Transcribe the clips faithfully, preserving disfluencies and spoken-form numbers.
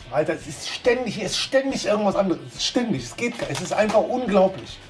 Alter, es ist ständig, hier ist ständig irgendwas anderes. Es ist ständig, es geht gar nicht. Es ist einfach unglaublich.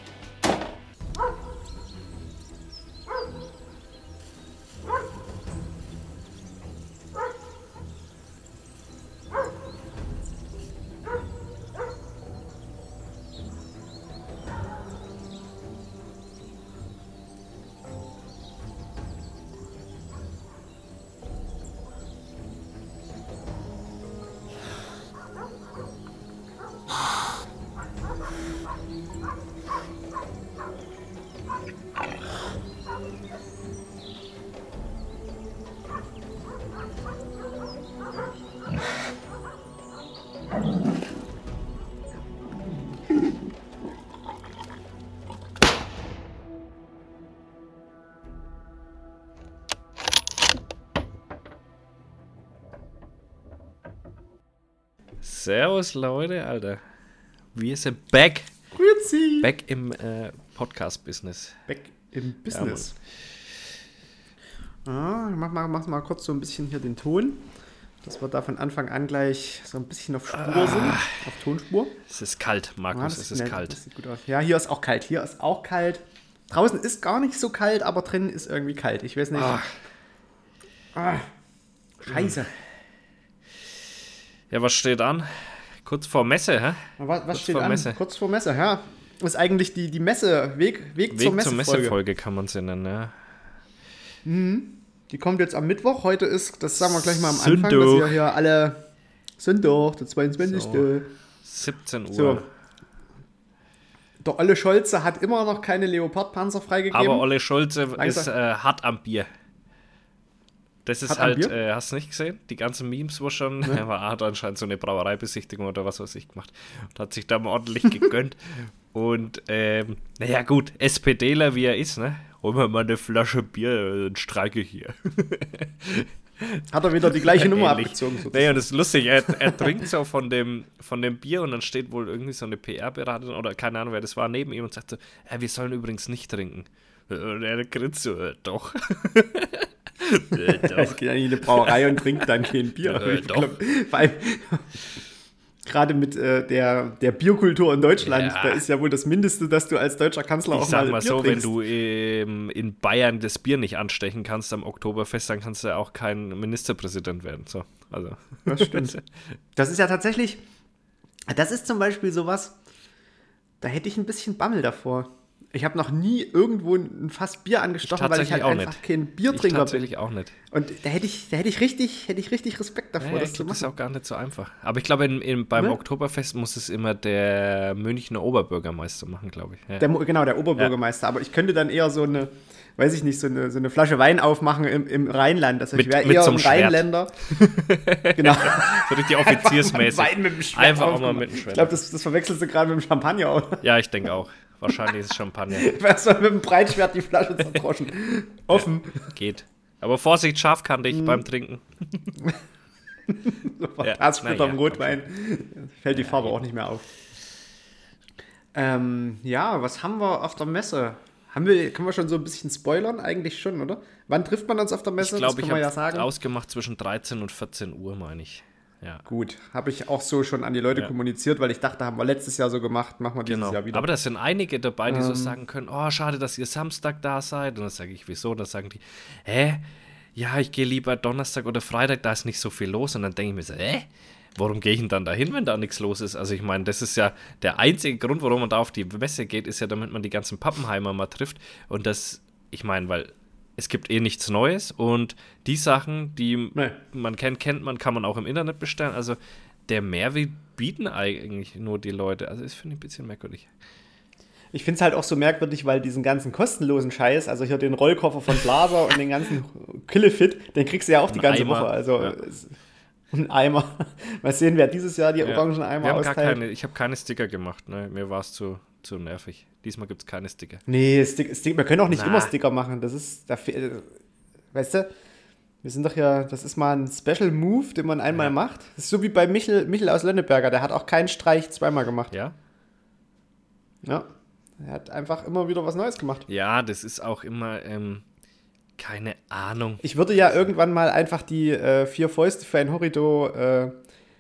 Servus Leute, Alter. Wir sind back. Grüezi. Back im äh, Podcast-Business. Back im Business. Ja, ah, mach, mal, mach mal kurz so ein bisschen hier den Ton, dass wir da von Anfang an gleich so ein bisschen auf Spur ah. sind, auf Tonspur. Es ist kalt, Markus, ah, es ist nett, kalt. Das sieht gut aus. Ja, hier ist auch kalt, hier ist auch kalt. Draußen ist gar nicht so kalt, aber drinnen ist irgendwie kalt. Ich weiß nicht. Ah. Ah. Scheiße. Ja, was steht an? Kurz vor Messe, hä? Was, was Kurz steht vor an? Messe. Kurz vor Messe, ja. Das ist eigentlich die, die Messe, Weg, Weg, Weg zur Messe-Folge. Messe-Folge kann man sie nennen, ja. Mhm. Die kommt jetzt am Mittwoch. Heute ist, das sagen wir gleich mal am Sündog. Anfang, dass ihr hier alle Sündog, der zweiundzwanzigste So, siebzehn Uhr. So. Der Olle Scholze hat immer noch keine Leopardpanzer freigegeben. Aber Olle Scholze Langsam. ist äh, hart am Bier. Das ist Hat am halt, Bier? äh, hast du nicht gesehen? Die ganzen Memes, wo schon, ja. Er hat anscheinend so eine Brauereibesichtigung oder was weiß ich gemacht und hat sich da mal ordentlich gegönnt. Und, ähm, naja gut, SPDler wie er ist, ne? Holen wir mal eine Flasche Bier und streike hier. Hat er wieder die gleiche Nummer Ähnlich. abgezogen. Sozusagen. Naja, das ist lustig, er, er trinkt so von dem, von dem Bier und dann steht wohl irgendwie so eine P R-Beraterin oder keine Ahnung, wer das war, neben ihm und sagt so, ja, wir sollen übrigens nicht trinken. Und er grinst so, äh, doch. äh, doch. Ich gehe ja in eine Brauerei und trinke dann kein Bier. Äh, doch. Vor allem, gerade mit äh, der, der Bierkultur in Deutschland, Ja. da ist ja wohl das Mindeste, dass du als deutscher Kanzler Ich auch sag mal mal Bier so, trinkst. wenn du ähm, in Bayern das Bier nicht anstechen kannst am Oktoberfest, dann kannst du ja auch kein Ministerpräsident werden. So, also. Das stimmt. Das ist ja tatsächlich, das ist zum Beispiel sowas, da hätte ich ein bisschen Bammel davor. Ich habe noch nie irgendwo ein Fass Bier angestochen, Ich weil ich halt tatsächlich auch einfach nicht. kein Ich Biertrinker bin. tatsächlich auch nicht. Und da hätte ich, da hätte ich richtig, hätte ich richtig Respekt davor, Ja, das ich zu glaube, das machen. ist auch gar nicht so einfach. Aber ich glaube, in, in, beim Ne? Oktoberfest muss es immer der Münchner Oberbürgermeister machen, glaube ich. Ja. Der, Mo- genau, der Oberbürgermeister. Aber ich könnte dann eher so eine, weiß ich nicht, so eine, so eine Flasche Wein aufmachen im, im Rheinland. Also ich Mit- wäre mit eher so einem ein Schwert. Rheinländer. Genau. So richtig offiziersmäßig. Wein mit dem Schwert Einfach auch mal aufgemacht. mit dem Schwert. Ich glaube, das, das verwechselst du gerade mit dem Champagner, oder? Ja, ich denke auch. Wahrscheinlich ist es Champagner. Wärst du mit dem Breitschwert die Flasche zerdroschen. Offen. Geht. Aber Vorsicht, scharfkantig Mhm. beim Trinken. So Ja, Herzsplitter na ja, im Rotwein. Fällt die Farbe geht. auch nicht mehr auf. Ähm, ja, was haben wir auf der Messe? Haben wir, können wir schon so ein bisschen spoilern? Eigentlich schon, oder? Wann trifft man uns auf der Messe? Ich glaube, das ich können wir habe ja sagen. ausgemacht zwischen dreizehn und vierzehn Uhr, meine ich. Ja. Gut, habe ich auch so schon an die Leute Ja. kommuniziert, weil ich dachte, haben wir letztes Jahr so gemacht, machen wir dieses Genau. Jahr wieder. Aber da sind einige dabei, die so Ähm. sagen können, oh, schade, dass ihr Samstag da seid. Und dann sage ich, wieso? Dann sagen die, hä? Ja, ich gehe lieber Donnerstag oder Freitag, da ist nicht so viel los. Und dann denke ich mir so, hä? Warum gehe ich denn dann dahin, wenn da nichts los ist? Also ich meine, das ist ja der einzige Grund, warum man da auf die Messe geht, ist ja, damit man die ganzen Pappenheimer mal trifft. Und das, ich meine, weil es gibt eh nichts Neues und die Sachen, die Nee. man kennt, kennt man, kann man auch im Internet bestellen. Also der Mehrwert bieten eigentlich nur die Leute. Also das finde ich ein bisschen merkwürdig. Ich finde es halt auch so merkwürdig, weil diesen ganzen kostenlosen Scheiß, also hier den Rollkoffer von Blaser und den ganzen Killefit, den kriegst du ja auch die Ein ganze Eimer, Woche. Also ja. es- ein Eimer. Mal sehen, wer dieses Jahr die orangen Eimer Wir haben gar austeilt. keine, ich habe keine Sticker gemacht. Ne? Mir war es zu, zu nervig. Diesmal gibt es keine Sticker. Nee, Stick, Stick, wir können auch nicht Na. immer Sticker machen. Das ist, da, fe- weißt du, wir sind doch ja, das ist mal ein Special Move, den man einmal Ja. macht. Das ist so wie bei Michel, Michel aus Lönneberger, der hat auch keinen Streich zweimal gemacht. Ja? Ja, er hat einfach immer wieder was Neues gemacht. Ja, das ist auch immer, ähm, keine Ahnung. Ich würde ja irgendwann mal einfach die äh, vier Fäuste für ein Horrido äh,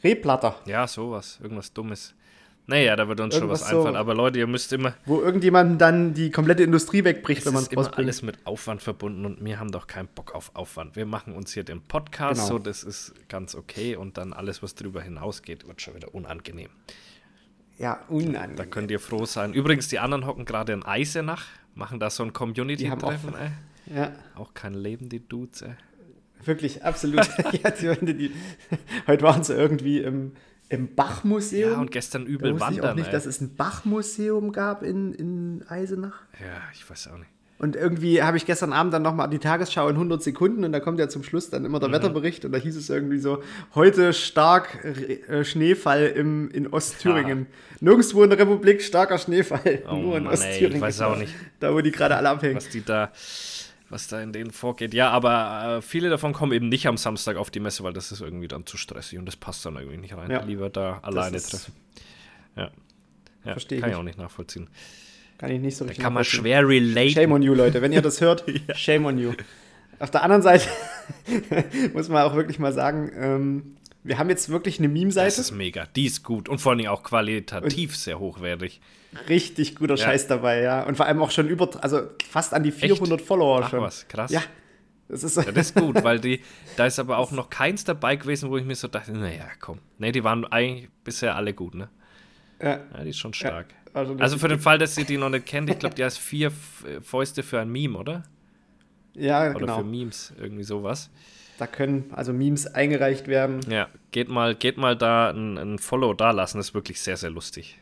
Rehplatter. Ja, sowas. Irgendwas Dummes. Naja, da wird uns Irgendwas schon was einfallen. so, Aber Leute, ihr müsst immer... wo irgendjemand dann die komplette Industrie wegbricht, Es wenn man es ist immer rausbringt. alles mit Aufwand verbunden und wir haben doch keinen Bock auf Aufwand. Wir machen uns hier den Podcast, Genau. so das ist ganz okay und dann alles, was drüber hinausgeht, wird schon wieder unangenehm. Ja, unangenehm. Da könnt ihr froh sein. Übrigens, die anderen hocken gerade in Eisenach, machen da so ein Die haben auch- Community-Treffen, ey. Ja, Auch kein Leben, die Dudes, ey. wirklich, absolut. ja, die, die, heute waren sie irgendwie im, im Bachmuseum. Ja, und gestern Da übel wusste ich auch wandern, nicht, ey. dass es ein Bachmuseum gab in, in Eisenach. Ja, ich weiß auch nicht. Und irgendwie habe ich gestern Abend dann nochmal die Tagesschau in hundert Sekunden und da kommt ja zum Schluss dann immer der Mhm. Wetterbericht und da hieß es irgendwie so, heute stark äh, Schneefall im, in Ostthüringen. Nirgendwo in der Republik starker Schneefall, Oh nur in Mann, ey, Ostthüringen. ich weiß auch nicht. Da, wo die gerade alle abhängen. was die da, was da in denen vorgeht. Ja, aber äh, viele davon kommen eben nicht am Samstag auf die Messe, weil das ist irgendwie dann zu stressig und das passt dann irgendwie nicht rein. Ja. Lieber da alleine ist- treffen. Ja. Ja, Versteh ich kann ich nicht. auch nicht nachvollziehen. Kann ich nicht so Da richtig kann man nachvollziehen. schwer relaten. Shame on you, Leute. Wenn ihr das hört, shame on you. Auf der anderen Seite muss man auch wirklich mal sagen, ähm, wir haben jetzt wirklich eine Das Meme-Seite. ist mega. Die ist gut und vor allen Dingen auch qualitativ sehr hochwertig. Richtig guter Ja. Scheiß dabei, ja. Und vor allem auch schon über, also fast an die vierhundert Follower Ach schon. was, krass. Ja. Das ist, Ja, das ist gut, weil die, da ist aber auch noch keins dabei gewesen, wo ich mir so dachte, naja, komm. Ne, die waren eigentlich bisher alle gut, ne? ja, Ja, die ist schon stark. also, Also für den Fall, dass ihr die noch nicht kennt, ich glaube, die heißt vier F- Fäuste für ein Meme, oder? ja, Oder genau. für Memes, irgendwie sowas. Da können also Memes eingereicht werden. Ja, geht mal, geht mal da ein, ein Follow da lassen, das ist wirklich sehr, sehr lustig.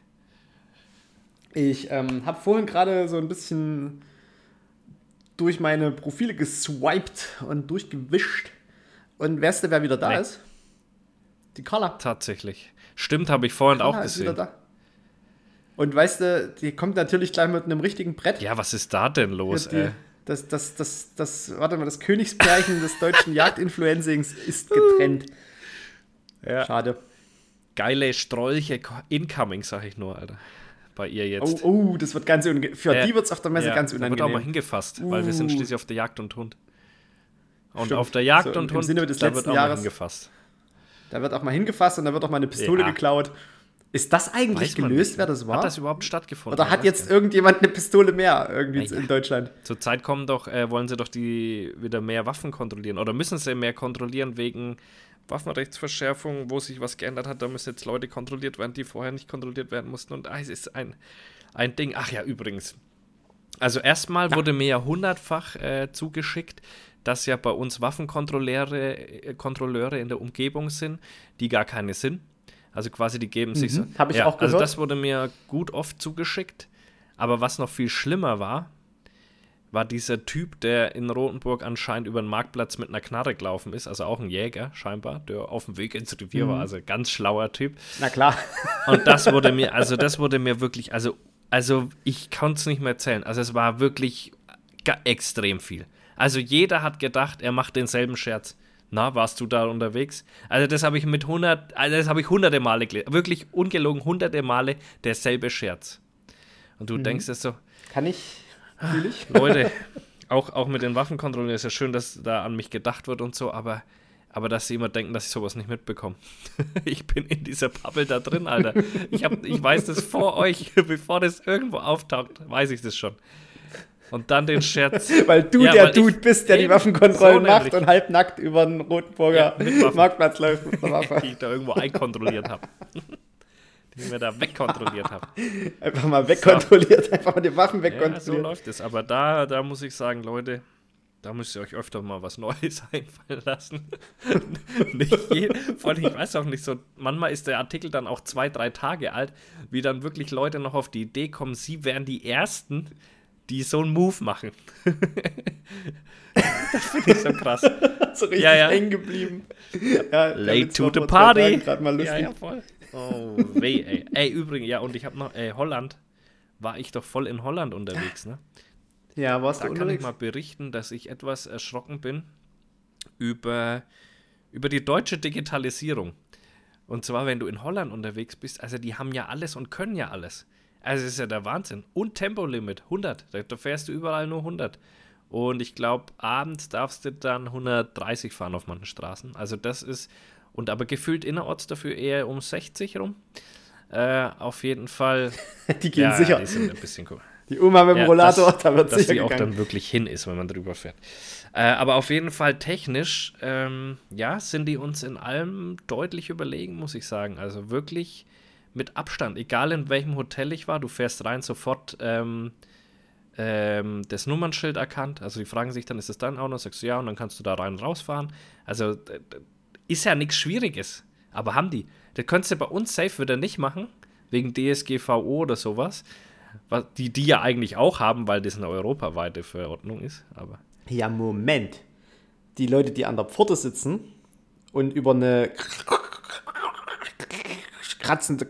Ich ähm, habe vorhin gerade so ein bisschen durch meine Profile geswiped und durchgewischt. Und weißt du, wer wieder da Nee. ist? Die Carla. Tatsächlich. Stimmt, habe ich vorhin auch Carla ist wieder gesehen. da. Und weißt du, die kommt natürlich gleich mit einem richtigen Brett. Ja, was ist da denn los, die, ey? das, das, das, das, warte mal, das Königspärchen des deutschen Jagdinfluencings ist getrennt. Ja. Schade. Geile Strolche incoming, sag ich nur, Alter. Bei ihr Oh, jetzt. oh, das wird ganz unangenehm. Für Ja. die wird es auf der Messe Ja, ganz da wird auch mal unangenehm. hingefasst, weil wir sind Uh. schließlich auf der Jagd und Hund. Und Stimmt. auf der Jagd So im- und im Hund, Sinne des da wird letzten auch mal Jahres. hingefasst. Da wird auch mal hingefasst und da wird auch mal eine Pistole Ja. geklaut. Ist das eigentlich Weiß man gelöst, nicht. wer das war? Hat das überhaupt stattgefunden? Oder Ich hat weiß jetzt gar nicht. irgendjemand eine Pistole mehr irgendwie Ja, ja. in Deutschland? Zurzeit kommen doch, äh, wollen sie doch die wieder mehr Waffen kontrollieren. Oder müssen sie mehr kontrollieren wegen Waffenrechtsverschärfung, wo sich was geändert hat. Da müssen jetzt Leute kontrolliert werden, die vorher nicht kontrolliert werden mussten. Und ah, es ist ein, ein Ding. Ach ja, übrigens. Also erstmal Ja. wurde mir ja hundertfach äh, zugeschickt, dass ja bei uns Waffenkontrolleure äh, Kontrolleure in der Umgebung sind, die gar keine sind. Also quasi, die geben sich so. Mhm, hab ich ja, auch Also gehört. das wurde mir gut oft zugeschickt. Aber was noch viel schlimmer war, war dieser Typ, der in Rotenburg anscheinend über den Marktplatz mit einer Knarre gelaufen ist, also auch ein Jäger scheinbar, der auf dem Weg ins Revier Mhm. war, also ganz schlauer Typ. Na klar. Und das wurde mir, also das wurde mir wirklich, also, also ich kann es nicht mehr erzählen. Also es war wirklich ga- extrem viel. Also jeder hat gedacht, er macht denselben Scherz. Na, warst du da unterwegs? Also das habe ich mit hundert, also das habe ich hunderte Male gelesen. Wirklich ungelogen, hunderte Male derselbe Scherz. Und du denkst dir so, Kann ich, fühle ich. Leute, auch, auch mit den Waffenkontrollen ist ja schön, dass da an mich gedacht wird und so, aber, aber dass sie immer denken, dass ich sowas nicht mitbekomme. Ich bin in dieser Bubble da drin, Alter. Ich, hab, ich weiß das vor euch, bevor das irgendwo auftaucht, weiß ich das schon. Und dann den Scherz. Weil du Ja, der weil Dude ich- bist, der die eben, Waffenkontrollen so macht nämlich. und halbnackt über den Rotenburger Ja, mit Waffen. Marktplatz läuft mit der Waffe. Die ich da irgendwo einkontrolliert habe. Die mir da wegkontrolliert habe. Einfach mal wegkontrolliert, einfach mal die Waffen Ja, so wegkontrolliert. läuft es. Aber da, da muss ich sagen, Leute, da müsst ihr euch öfter mal was Neues einfallen lassen. Nicht je, vor allem, ich weiß auch nicht so, manchmal ist der Artikel dann auch zwei, drei Tage alt, wie dann wirklich Leute noch auf die Idee kommen, sie wären die Ersten, die so einen Move machen. Das finde ich so krass. so richtig Ja, ja. hängen geblieben. Ja, der Late Witz to war the vor zwei party. Tagen grad mal lustig. Ja, ja, voll. Oh, weh, ey. Ey, übrigens, ja, und ich habe noch, ey, Holland, war ich doch voll in Holland unterwegs, ne? Ja, warst Da du kann ich unterwegs? mal berichten, dass ich etwas erschrocken bin über, über die deutsche Digitalisierung. Und zwar, wenn du in Holland unterwegs bist, also die haben ja alles und können ja alles. Also es ist ja der Wahnsinn. Und Tempolimit, hundert. Da, da fährst du überall nur hundert. Und ich glaube, abends darfst du dann hundertdreißig fahren auf manchen Straßen. Also das ist, Und aber gefühlt innerorts dafür eher um sechzig rum. Äh, auf jeden Fall. Die gehen ja, sicher. Die sind ein bisschen cool. Die Oma mit dem Ja, Rollator, dass, da wird dass sicher die auch gegangen. dann wirklich hin ist, wenn man drüber fährt. Äh, aber auf jeden Fall technisch, ähm, ja, sind die uns in allem deutlich überlegen, muss ich sagen. Also wirklich mit Abstand. Egal in welchem Hotel ich war, du fährst rein, sofort ähm, ähm, das Nummernschild erkannt. Also die fragen sich dann, ist es dein Auto? Sagst du ja, und dann kannst du da rein und rausfahren. Also d- d- ist ja nichts Schwieriges. Aber haben die. Das könntest du bei uns safe wieder nicht machen, wegen D S G V O oder sowas. Was, die, die ja eigentlich auch haben, weil das eine europaweite Verordnung ist. Aber Ja, Moment. Die Leute, die an der Pforte sitzen und über eine kratzende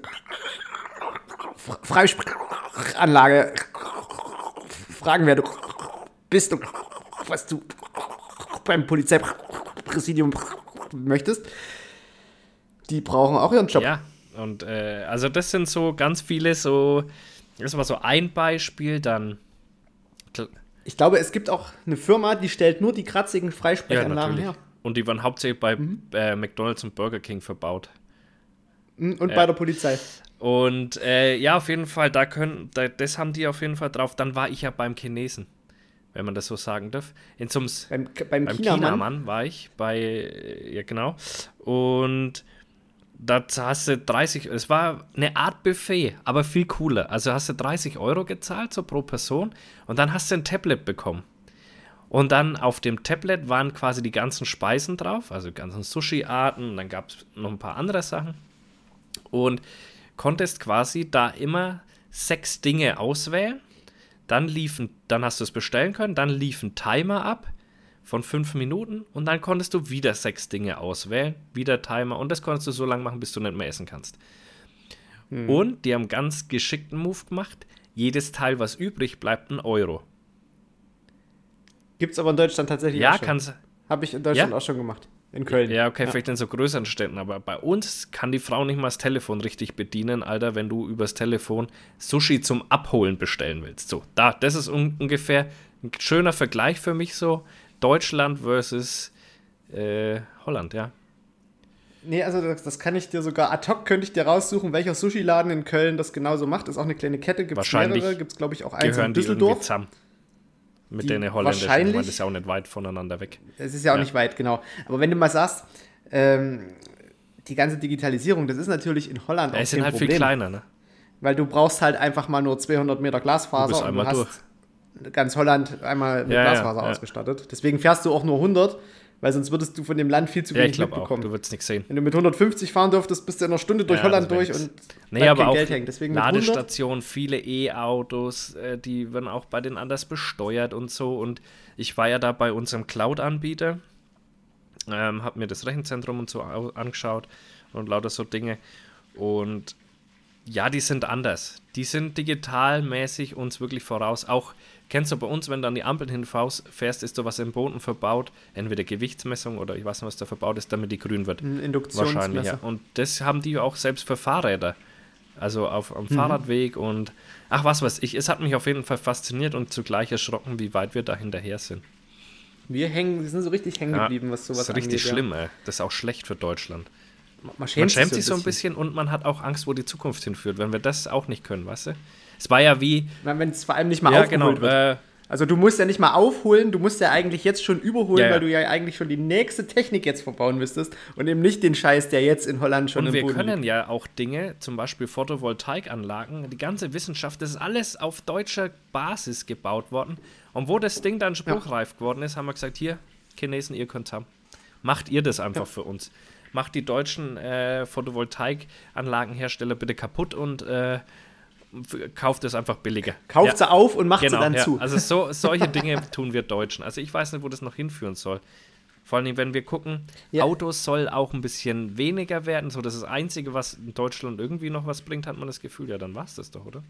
Freisprechanlage fragen, wer du bist und was du beim Polizeipräsidium möchtest, die brauchen auch ihren Job. ja, und äh, also das sind so ganz viele so, das war so ein Beispiel, dann Ich glaube, es gibt auch eine Firma, die stellt nur die kratzigen ja, Freisprechanlagen natürlich. her. Und die waren hauptsächlich bei äh, McDonald's und Burger King verbaut. Und Ja. bei der Polizei. Und äh, ja, auf jeden Fall, da können, da, das haben die auf jeden Fall drauf. Dann war ich ja beim Chinesen, wenn man das so sagen darf. In so einem S- Beim, beim, beim Chinamann. Chinamann war ich, bei, äh, ja genau. Und da hast du dreißig, es war eine Art Buffet, aber viel cooler. Also hast du dreißig Euro gezahlt, so pro Person, und dann hast du ein Tablet bekommen. Und dann auf dem Tablet waren quasi die ganzen Speisen drauf, also die ganzen Sushi-Arten, und dann gab es noch ein paar andere Sachen. Und konntest quasi da immer sechs Dinge auswählen. Dann liefen, dann hast du es bestellen können, dann lief ein Timer ab von fünf Minuten und dann konntest du wieder sechs Dinge auswählen, wieder Timer, und das konntest du so lange machen, bis du nicht mehr essen kannst. Hm. Und die haben einen ganz geschickten Move gemacht. Jedes Teil, was übrig bleibt, ein Euro. Gibt es aber in Deutschland tatsächlich Ja, auch schon. kannst Habe ich in Deutschland Ja? auch schon gemacht. In Köln. Ja, okay, vielleicht in so größeren Städten, aber bei uns kann die Frau nicht mal das Telefon richtig bedienen, Alter, wenn du übers Telefon Sushi zum Abholen bestellen willst. So, da, das ist un- ungefähr ein schöner Vergleich für mich so. Deutschland versus äh, Holland, ja. Nee, also das, das kann ich dir sogar ad hoc, könnte ich dir raussuchen, welcher Sushi-Laden in Köln das genauso macht. Ist auch eine kleine Kette, gibt es Wahrscheinlich mehrere. Gibt es, glaube ich, auch eins in Gehören die irgendwie Düsseldorf. zusammen. Mit Die den holländischen, wahrscheinlich- weil das ist ja auch nicht weit voneinander weg. Es ist ja auch Ja. nicht weit, genau. Aber wenn du mal sagst, ähm, die ganze Digitalisierung, das ist natürlich in Holland Ja, auch es sind kein halt Problem. viel kleiner, ne? Weil du brauchst halt einfach mal nur zweihundert Meter Glasfaser Du bist und einmal du hast ganz Holland einmal mit Ja, ja, Glasfaser ja. ausgestattet. Deswegen fährst du auch nur hundert, weil sonst würdest du von dem Land viel zu Ja, ich wenig glaube auch. mitbekommen. Du würdest nichts sehen. Wenn du mit hundertfünfzig fahren dürftest, bist du in einer Stunde durch Ja, Holland das wär durch nix. und Nee, bleibt aber kein auch Geld hängen. Deswegen mit hundert, Ladestationen, viele E-Autos, äh, die werden auch bei denen anders besteuert und so. Und ich war ja da bei unserem Cloud-Anbieter, ähm, habe mir das Rechenzentrum und so au- angeschaut und lauter so Dinge. Und ja, die sind anders. Die sind digitalmäßig uns wirklich voraus. Auch, kennst du bei uns, wenn du an die Ampeln hinfährst, ist da was im Boden verbaut, entweder Gewichtsmessung oder ich weiß nicht, was da verbaut ist, damit die grün wird. ein Wahrscheinlich, Induktionsmesser. ja. Und das haben die auch selbst für Fahrräder. Also auf am Mhm. Fahrradweg und ach, was weiß ich. Es hat mich auf jeden Fall fasziniert und zugleich erschrocken, wie weit wir da hinterher sind. Wir hängen, wir sind so richtig hängen Ja, geblieben, was sowas das ist richtig angeht, schlimm, ey. Das ist auch schlecht für Deutschland. Ja. Man Man schämt, schämt sich so ein bisschen und man hat auch Angst, wo die Zukunft hinführt, wenn wir das auch nicht können, weißt du? Es war ja wie, Wenn es vor allem nicht mal ja aufgeholt genau, wird. äh, Also du musst ja nicht mal aufholen, du musst ja eigentlich jetzt schon überholen, Ja, ja. weil du ja eigentlich schon die nächste Technik jetzt verbauen müsstest und eben nicht den Scheiß, der jetzt in Holland schon und im wir Boden können liegt. ja auch Dinge, zum Beispiel Photovoltaikanlagen, die ganze Wissenschaft, das ist alles auf deutscher Basis gebaut worden. Und wo das Ding dann spruchreif geworden ist, haben wir gesagt, hier, Chinesen, ihr könnt haben. Macht ihr das einfach Ja. für uns. Macht die deutschen äh, Photovoltaikanlagenhersteller bitte kaputt und äh, f- kauft es einfach billiger. Kauft ja. sie auf und macht Genau, sie dann ja. zu. Also so, solche Dinge tun wir Deutschen. Also ich weiß nicht, wo das noch hinführen soll. Vor allem, wenn wir gucken, Ja. Autos soll auch ein bisschen weniger werden. So, das ist das Einzige, was in Deutschland irgendwie noch was bringt, hat man das Gefühl. Ja, dann war es das doch, oder?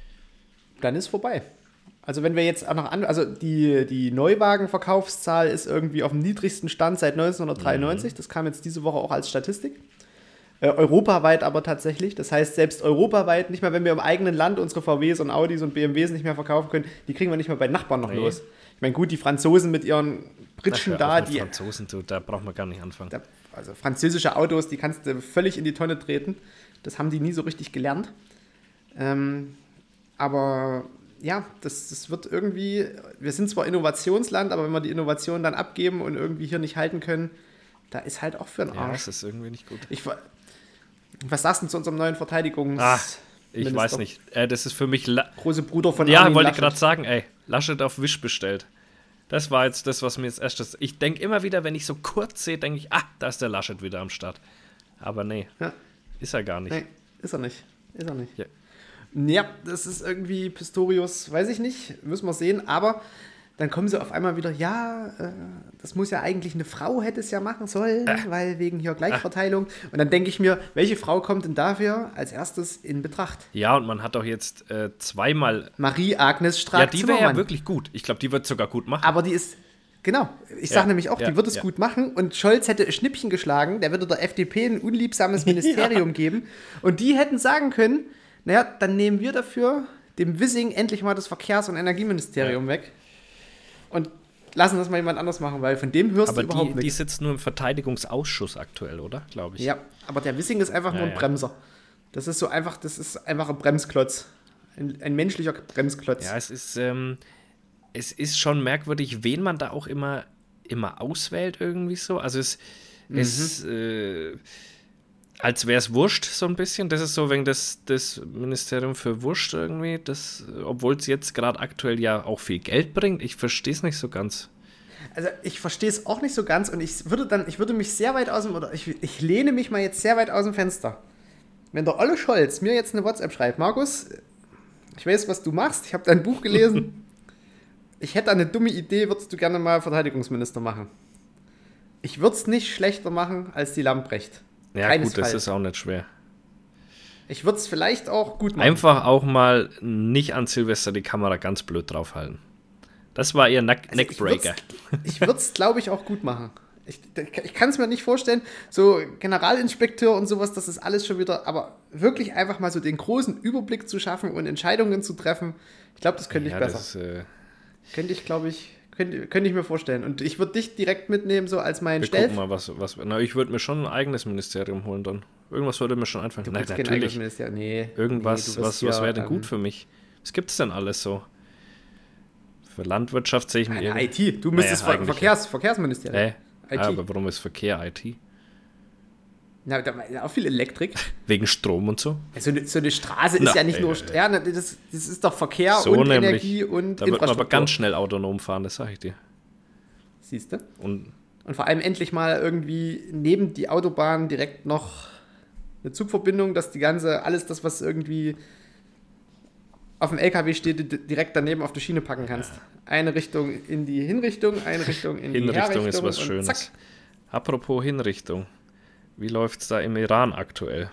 Dann ist vorbei. Also wenn wir jetzt auch noch an, also die, die Neuwagenverkaufszahl ist irgendwie auf dem niedrigsten Stand seit neunzehnhundertdreiundneunzig. Das kam jetzt diese Woche auch als Statistik. Äh, europaweit aber tatsächlich. Das heißt, selbst europaweit, nicht mal wenn wir im eigenen Land unsere V Ws und Audis und B M Ws nicht mehr verkaufen können, die kriegen wir nicht mehr bei Nachbarn noch Nee. los. Ich meine, gut, die Franzosen mit ihren Pritschen Ach, hör da, auf mit die, Franzosen, du, da braucht man gar nicht anfangen. da, also französische Autos, die kannst du völlig in die Tonne treten. Das haben die nie so richtig gelernt. Ähm, aber ja, das, das wird irgendwie, wir sind zwar Innovationsland, aber wenn wir die Innovation dann abgeben und irgendwie hier nicht halten können, da ist halt auch für den Arsch. Ja, das ist irgendwie nicht gut. Ich, was sagst du zu unserem neuen Verteidigungs... Ah, ich Minister? weiß nicht. Äh, das ist für mich... La- Große Bruder von Ja, Armin wollte Laschet. ich gerade sagen, ey, Laschet auf Wish bestellt. Das war jetzt das, was mir jetzt erstes... Ich denke immer wieder, wenn ich so kurz sehe, denke ich, ah, da ist der Laschet wieder am Start. Aber nee, ja. ist er gar nicht. Nee, ist er nicht. Ist er nicht. Ja. Ja, das ist irgendwie Pistorius, weiß ich nicht, müssen wir sehen, aber dann kommen sie auf einmal wieder, ja, äh, das muss ja eigentlich eine Frau hätte es ja machen sollen, äh. weil wegen hier Gleichverteilung. Äh. Und dann denke ich mir, welche Frau kommt denn dafür als erstes in Betracht? Ja, und man hat doch jetzt äh, zweimal... Marie-Agnes Strack-Zimmermann. Ja, die wäre ja wirklich gut. Ich glaube, die wird sogar gut machen. Aber die ist... Genau, ich sage ja, nämlich auch, ja, die wird es ja. gut machen und Scholz hätte ein Schnippchen geschlagen, der würde der F D P ein unliebsames Ministerium ja. geben und die hätten sagen können, naja, dann nehmen wir dafür dem Wissing endlich mal das Verkehrs- und Energieministerium ja. weg und lassen das mal jemand anders machen, weil von dem hörst aber du überhaupt nichts. Aber die sitzt nur im Verteidigungsausschuss aktuell, oder? Glaube ich. Ja, aber der Wissing ist einfach ja, nur ein ja. Bremser. Das ist so einfach, das ist einfach ein Bremsklotz. Ein, ein menschlicher Bremsklotz. Ja, es ist... Ähm Es ist schon merkwürdig, wen man da auch immer, immer auswählt irgendwie so. Also es ist, mhm. äh, als wäre es Wurscht so ein bisschen. Das ist so wegen das, das Ministerium für Wurscht irgendwie. Obwohl es jetzt gerade aktuell ja auch viel Geld bringt. Ich verstehe es nicht so ganz. Also ich verstehe es auch nicht so ganz und ich würde dann, ich würde mich sehr weit aus dem, oder ich, ich lehne mich mal jetzt sehr weit aus dem Fenster. Wenn der Olle Scholz mir jetzt eine WhatsApp schreibt, Markus, ich weiß, was du machst, ich habe dein Buch gelesen. Ich hätte eine dumme Idee, würdest du gerne mal Verteidigungsminister machen? Ich würde es nicht schlechter machen als die Lamprecht. Ja, Keinesfalls. Gut, das ist auch nicht schwer. Ich würde es vielleicht auch gut machen. Einfach auch mal nicht an Silvester die Kamera ganz blöd draufhalten. Das war ihr Neck- also Neckbreaker. Ich würde es, glaube ich, auch gut machen. Ich, ich kann es mir nicht vorstellen, so Generalinspekteur und sowas, das ist alles schon wieder, aber wirklich einfach mal so den großen Überblick zu schaffen und Entscheidungen zu treffen, ich glaube, das könnte ich ja, besser. Das, äh Könnte ich, glaube ich, könnte, könnte ich mir vorstellen. Und ich würde dich direkt mitnehmen, so als meinen Stelf. Gucken mal, was, was. Na, ich würde mir schon ein eigenes Ministerium holen dann. Irgendwas würde mir schon einfallen. Du Nein, kein eigenes Ministerium. Nee. Irgendwas, nee, was, was wäre denn ähm, gut für mich? Was gibt es denn alles so? Für Landwirtschaft sehe ich mir I T. Du müsstest naja, Ver- Verkehrs- Verkehrsministerium. Äh, I T. Aber warum ist Verkehr I T? Na, da war auch viel Elektrik. Wegen Strom und so? So eine, so eine Straße ist Na, ja nicht äh, nur... Äh, ja, das, das ist doch Verkehr so und nämlich, Energie und da Infrastruktur. Da wird man aber ganz schnell autonom fahren, das sage ich dir. Siehst du? Und, und vor allem endlich mal irgendwie neben die Autobahn direkt noch eine Zugverbindung, dass die ganze, alles das, was irgendwie auf dem L K W steht, direkt daneben auf die Schiene packen kannst. Ja. Eine Richtung in die Hinrichtung, eine Richtung in die Herrichtung. Hinrichtung ist was Schönes. Zack. Apropos Hinrichtung. Wie läuft's da im Iran aktuell?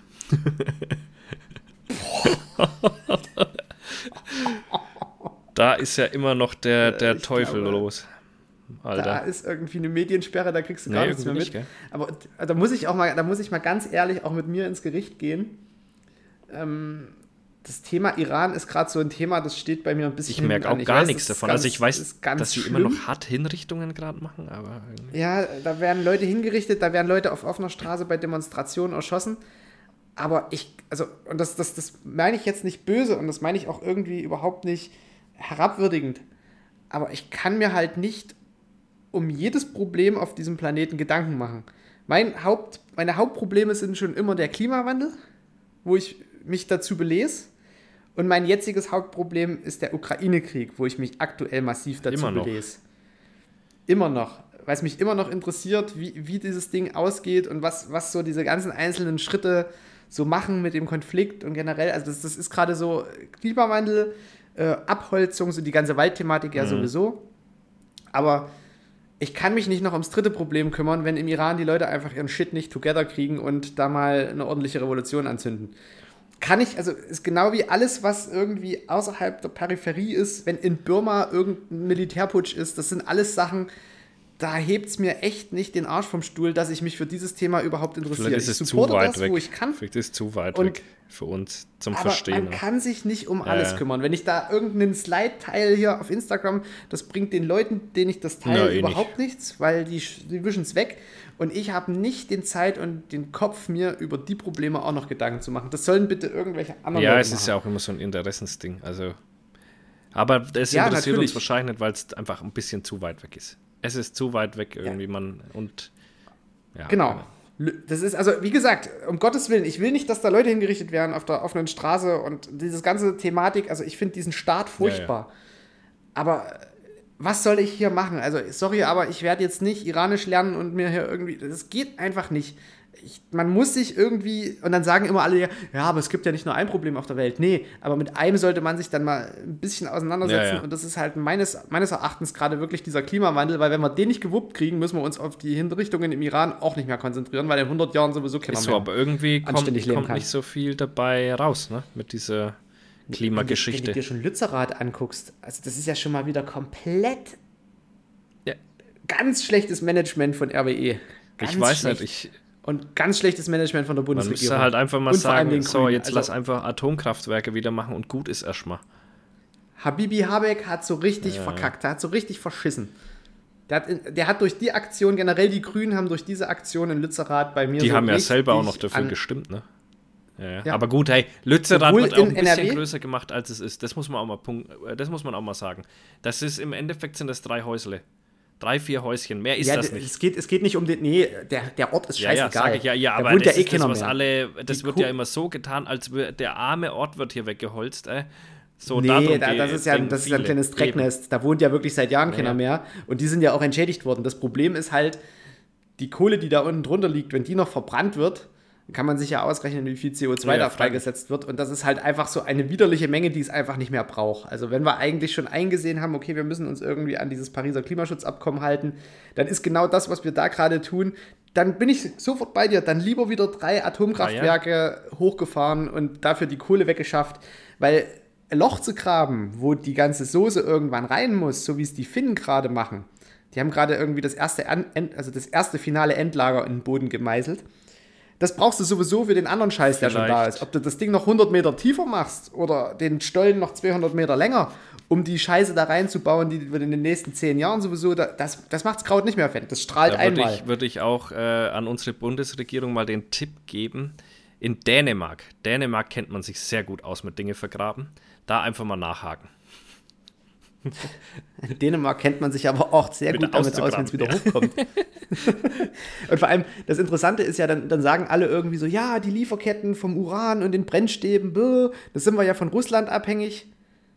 Da ist ja immer noch der, der ich Teufel glaube, los. Alter. Da ist irgendwie eine Mediensperre, da kriegst du gar nee, nichts mehr mit. Nicht, aber da muss ich auch mal, da muss ich mal ganz ehrlich auch mit mir ins Gericht gehen. Ähm, das Thema Iran ist gerade so ein Thema, das steht bei mir ein bisschen. Ich merke auch ich gar weiß, nichts davon. Ganz, also ich weiß, dass sie schlimm. immer noch hart Hinrichtungen gerade machen, aber irgendwie. Ja, da werden Leute hingerichtet, da werden Leute auf offener Straße bei Demonstrationen erschossen. Aber ich, also, und das, das, das meine ich jetzt nicht böse und das meine ich auch irgendwie überhaupt nicht herabwürdigend. Aber ich kann mir halt nicht um jedes Problem auf diesem Planeten Gedanken machen. Mein Haupt, meine Hauptprobleme sind schon immer der Klimawandel, wo ich mich dazu belese. Und mein jetziges Hauptproblem ist der Ukraine-Krieg, wo ich mich aktuell massiv dazu immer belese. Immer noch. Weil es mich immer noch interessiert, wie, wie dieses Ding ausgeht und was, was so diese ganzen einzelnen Schritte so machen mit dem Konflikt und generell. Also das, das ist gerade so Klimawandel, äh, Abholzung, so die ganze Waldthematik ja mhm. sowieso. Aber ich kann mich nicht noch ums dritte Problem kümmern, wenn im Iran die Leute einfach ihren Shit nicht together kriegen und da mal eine ordentliche Revolution anzünden. Kann ich, also ist genau wie alles, was irgendwie außerhalb der Peripherie ist, wenn in Birma irgendein Militärputsch ist, das sind alles Sachen, da hebt es mir echt nicht den Arsch vom Stuhl, dass ich mich für dieses Thema überhaupt interessiere. Vielleicht ist es ich zu weit das, weg. wo ich kann. Vielleicht ist es zu weit Und, weg für uns zum aber Verstehen. man kann sich nicht um Ja, alles ja. kümmern. Wenn ich da irgendeinen Slide teile hier auf Instagram, das bringt den Leuten, denen ich das teile, Na, eh überhaupt nichts, weil die, die wischen es weg. Und ich habe nicht den Zeit und den Kopf, mir über die Probleme auch noch Gedanken zu machen. Das sollen bitte irgendwelche anderen Ja, Leute es machen. ist ja auch immer so ein Interessensding. Also, aber es Ja, interessiert natürlich. uns wahrscheinlich nicht, weil es einfach ein bisschen zu weit weg ist. Es ist zu weit weg irgendwie, Ja. man und ja. Genau. Das ist, also wie gesagt, um Gottes Willen, ich will nicht, dass da Leute hingerichtet werden auf der offenen Straße und diese ganze Thematik, also ich finde diesen Staat furchtbar. Ja, Aber was soll ich hier machen? Also sorry, aber ich werde jetzt nicht Iranisch lernen und mir hier irgendwie, das geht einfach nicht. Ich, man muss sich irgendwie, und dann sagen immer alle, ja, ja, aber es gibt ja nicht nur ein Problem auf der Welt. Nee, aber mit einem sollte man sich dann mal ein bisschen auseinandersetzen. Ja, ja. Und das ist halt meines, meines Erachtens gerade wirklich dieser Klimawandel, weil wenn wir den nicht gewuppt kriegen, müssen wir uns auf die Hinrichtungen im Iran auch nicht mehr konzentrieren, weil in hundert Jahren sowieso keiner Ist so, mehr aber irgendwie kommt, anständig leben kommt kann. nicht so viel dabei raus, ne? Mit dieser Wenn du Klimageschichte. dir schon Lützerath anguckst, also das ist ja schon mal wieder komplett Ja. ganz schlechtes Management von R W E. Ganz Ich weiß schlecht. nicht, ich, Und ganz schlechtes Management von der man Bundesregierung. müsste halt einfach mal Und vor allem sagen, den so, Grünen. jetzt Also, lass einfach Atomkraftwerke wieder machen und gut ist erstmal. Habibi Habeck hat so richtig Ja. verkackt, der hat so richtig verschissen. Der hat, in- der hat durch die Aktion, generell die Grünen haben durch diese Aktion in Lützerath bei mir Die so haben ja richtig selber auch noch dafür an, gestimmt, ne? Ja, ja. Ja. Aber gut, hey, Lützerath Sowohl wird auch in ein bisschen N R W größer gemacht, als es ist. Das muss man auch mal, Punkt, äh, das muss man auch mal sagen. Das ist im Endeffekt sind das drei Häusle. Drei, vier Häuschen. Mehr ist ja, das d- nicht. Es geht, es geht nicht um den, nee, der, der Ort ist Ja, ja, scheißegal. sag ich ja, ja, Da aber wohnt das ja eh ist das, keiner was mehr. alle, das Die wird Ko- ja immer so getan, als wär, der arme Ort wird hier weggeholzt, äh. So, Nee, darum da, das geht- ist ja denken das ist ja ein viele. kleines Eben. Drecknest. Da wohnt ja wirklich seit Jahren keiner Ja. mehr. Und die sind ja auch entschädigt worden. Das Problem ist halt, die Kohle, die da unten drunter liegt, wenn die noch verbrannt wird, dann kann man sich ja ausrechnen, wie viel C O zwei Ja, da freilich. freigesetzt wird. Und das ist halt einfach so eine widerliche Menge, die es einfach nicht mehr braucht. Also wenn wir eigentlich schon eingesehen haben, okay, wir müssen uns irgendwie an dieses Pariser Klimaschutzabkommen halten, dann ist genau das, was wir da gerade tun, dann bin ich sofort bei dir. Dann lieber wieder drei Atomkraftwerke hochgefahren und dafür die Kohle weggeschafft. Weil ein Loch zu graben, wo die ganze Soße irgendwann rein muss, so wie es die Finnen gerade machen. Die haben gerade irgendwie das erste, An- End, also das erste finale Endlager in den Boden gemeißelt. Das brauchst du sowieso für den anderen Scheiß, der schon da Vielleicht. ist. Ob du das Ding noch hundert Meter tiefer machst oder den Stollen noch zweihundert Meter länger, um die Scheiße da reinzubauen, die wir in den nächsten zehn Jahren sowieso, da, das, das macht's Kraut nicht mehr fett. Das strahlt Da würde einmal. ich, würd ich auch äh, an unsere Bundesregierung mal den Tipp geben, in Dänemark, Dänemark kennt man sich sehr gut aus mit Dinge vergraben, da einfach mal nachhaken. In Dänemark kennt man sich aber auch sehr Wieder gut damit aus, wenn es wieder auszugraben, hochkommt. Und vor allem, das Interessante ist ja, dann, dann sagen alle irgendwie so, ja, die Lieferketten vom Uran und den Brennstäben, bäh, das sind wir ja von Russland abhängig.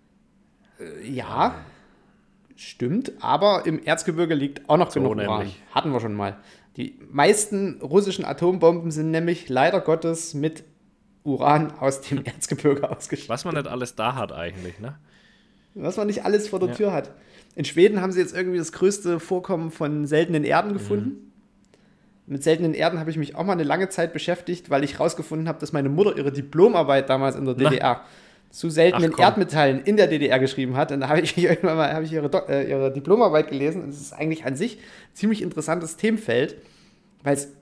Äh, ja, stimmt, aber im Erzgebirge liegt auch noch So genug Uran. nämlich. Hatten wir schon mal. Die meisten russischen Atombomben sind nämlich leider Gottes mit Uran aus dem Erzgebirge ausgestattet. Was man nicht alles da hat eigentlich, ne? Was man nicht alles vor der Ja. Tür hat. In Schweden haben sie jetzt irgendwie das größte Vorkommen von seltenen Erden gefunden. Mhm. Mit seltenen Erden habe ich mich auch mal eine lange Zeit beschäftigt, weil ich rausgefunden habe, dass meine Mutter ihre Diplomarbeit damals in der Na. D D R zu seltenen Ach, komm. Erdmetallen in der D D R geschrieben hat. Und da habe ich irgendwann mal habe ich ihre, Do- äh, ihre Diplomarbeit gelesen. Und es ist eigentlich an sich ein ziemlich interessantes Themenfeld, weil es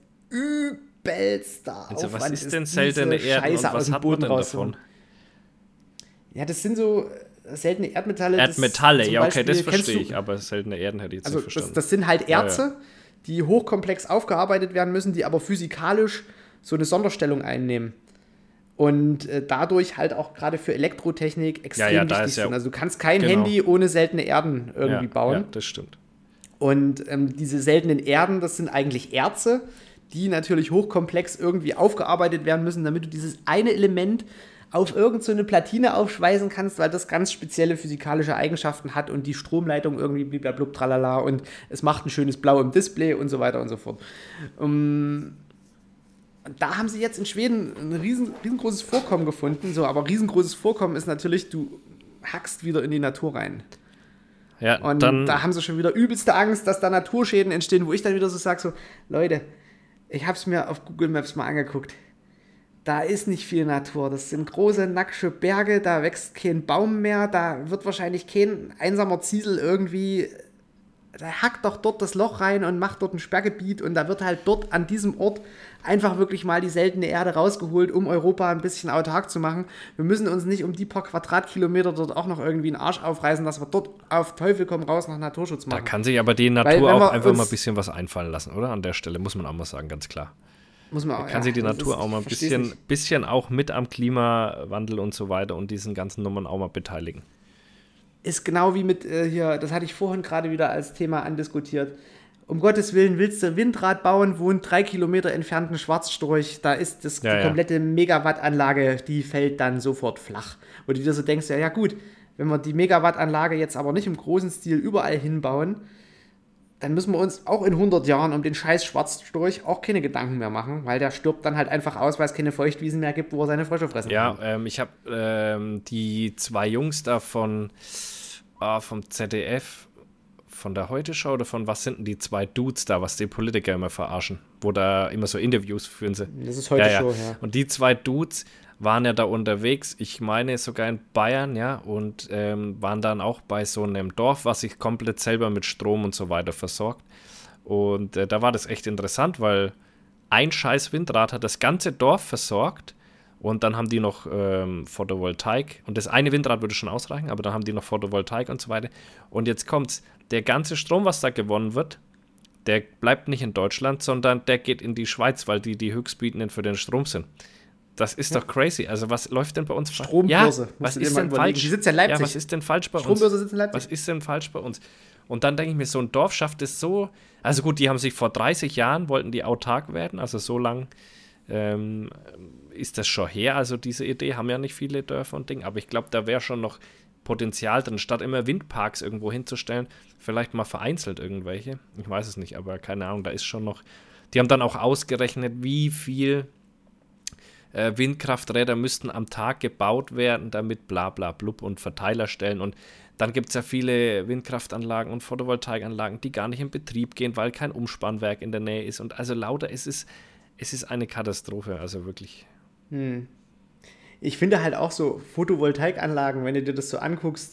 übelster Also, Aufwand was ist denn seltene diese Erden und Scheiße aus was dem hat man Boden denn rauszuholen. davon? Ja, das sind so äh, seltene Erdmetalle. das Erdmetalle, zum ja, okay, das Beispiel- kennst verstehe du- ich, aber seltene Erden hätte ich jetzt Also nicht das, verstanden. das sind halt Ja, Erze, die hochkomplex aufgearbeitet werden müssen, die aber physikalisch so eine Sonderstellung einnehmen. Und äh, dadurch halt auch gerade für Elektrotechnik extrem Ja, ja, da wichtig ist ja- sind. Also du kannst kein genau. Handy ohne seltene Erden irgendwie ja, bauen. Ja, das stimmt. Und ähm, diese seltenen Erden, das sind eigentlich Erze, die natürlich hochkomplex irgendwie aufgearbeitet werden müssen, damit du dieses eine Element auf irgend so eine Platine aufschweißen kannst, weil das ganz spezielle physikalische Eigenschaften hat und die Stromleitung irgendwie bliblablub tralala und es macht ein schönes Blau im Display und so weiter und so fort. Um, da haben sie jetzt in Schweden ein riesen, riesengroßes Vorkommen gefunden, so, aber riesengroßes Vorkommen ist natürlich, du hackst wieder in die Natur rein. Ja, Und dann, da haben sie schon wieder übelste Angst, dass da Naturschäden entstehen, wo ich dann wieder so sage, so, Leute, ich habe es mir auf Google Maps mal angeguckt. Da ist nicht viel Natur. Das sind große, nackische Berge, da wächst kein Baum mehr, da wird wahrscheinlich kein einsamer Ziesel irgendwie hackt doch dort das Loch rein und macht dort ein Sperrgebiet und da wird halt dort an diesem Ort einfach wirklich mal die seltene Erde rausgeholt, um Europa ein bisschen autark zu machen. Wir müssen uns nicht um die paar Quadratkilometer dort auch noch irgendwie einen Arsch aufreißen, dass wir dort auf Teufel komm raus nach Naturschutz machen. Da kann sich aber die Natur Weil, auch einfach mal ein bisschen was einfallen lassen, oder? An der Stelle muss man auch mal sagen, ganz klar. Muss man auch, da kann ja, sich die Natur ist, auch mal ein bisschen, bisschen auch mit am Klimawandel und so weiter und diesen ganzen Nummern auch mal beteiligen. Ist genau wie mit äh, hier, das hatte ich vorhin gerade wieder als Thema andiskutiert. Um Gottes Willen, willst du ein Windrad bauen, wohnt drei Kilometer entfernten Schwarzstorch, da ist das, ja, die komplette ja. Megawattanlage, die fällt dann sofort flach. Wo du dir so denkst, ja, ja gut, wenn wir die Megawattanlage jetzt aber nicht im großen Stil überall hinbauen, dann müssen wir uns auch in hundert Jahren um den scheiß Schwarzstorch auch keine Gedanken mehr machen, weil der stirbt dann halt einfach aus, weil es keine Feuchtwiesen mehr gibt, wo er seine Frösche fressen ja, kann. Ja, ähm, ich habe ähm, die zwei Jungs da von, äh, vom Z D F, von der Heute-Show oder von was sind denn die zwei Dudes da, was die Politiker immer verarschen, wo da immer so Interviews führen sie. Das ist Heute-Show, ja, ja. ja. Und die zwei Dudes waren ja da unterwegs, ich meine sogar in Bayern, ja, und ähm, waren dann auch bei so einem Dorf, was sich komplett selber mit Strom und so weiter versorgt. Und äh, da war das echt interessant, weil ein scheiß Windrad hat das ganze Dorf versorgt und dann haben die noch ähm, Photovoltaik und das eine Windrad würde schon ausreichen, aber dann haben die noch Photovoltaik und so weiter. Und jetzt kommt's, der ganze Strom, was da gewonnen wird, der bleibt nicht in Deutschland, sondern der geht in die Schweiz, weil die die Höchstbietenden für den Strom sind. Das ist ja. doch crazy. Also was läuft denn bei uns falsch? Strombörse. Ja, was ist denn falsch? Die sitzt ja in Leipzig. Ja, was ist denn falsch bei uns? Strombörse sitzt in Leipzig. Was ist denn falsch bei uns? Und dann denke ich mir, so ein Dorf schafft es so, also gut, die haben sich vor dreißig Jahren, wollten die autark werden, also so lang ähm, ist das schon her, also diese Idee haben ja nicht viele Dörfer und Dinge, aber ich glaube, da wäre schon noch Potenzial drin, statt immer Windparks irgendwo hinzustellen, vielleicht mal vereinzelt irgendwelche, ich weiß es nicht, aber keine Ahnung, da ist schon noch, die haben dann auch ausgerechnet, wie viel äh, Windkrafträder müssten am Tag gebaut werden, damit bla bla blub und Verteilerstellen und dann gibt es ja viele Windkraftanlagen und Photovoltaikanlagen, die gar nicht in Betrieb gehen, weil kein Umspannwerk in der Nähe ist und also lauter, es ist, es ist eine Katastrophe, also wirklich. Hm. Ich finde halt auch so Photovoltaikanlagen, wenn du dir das so anguckst,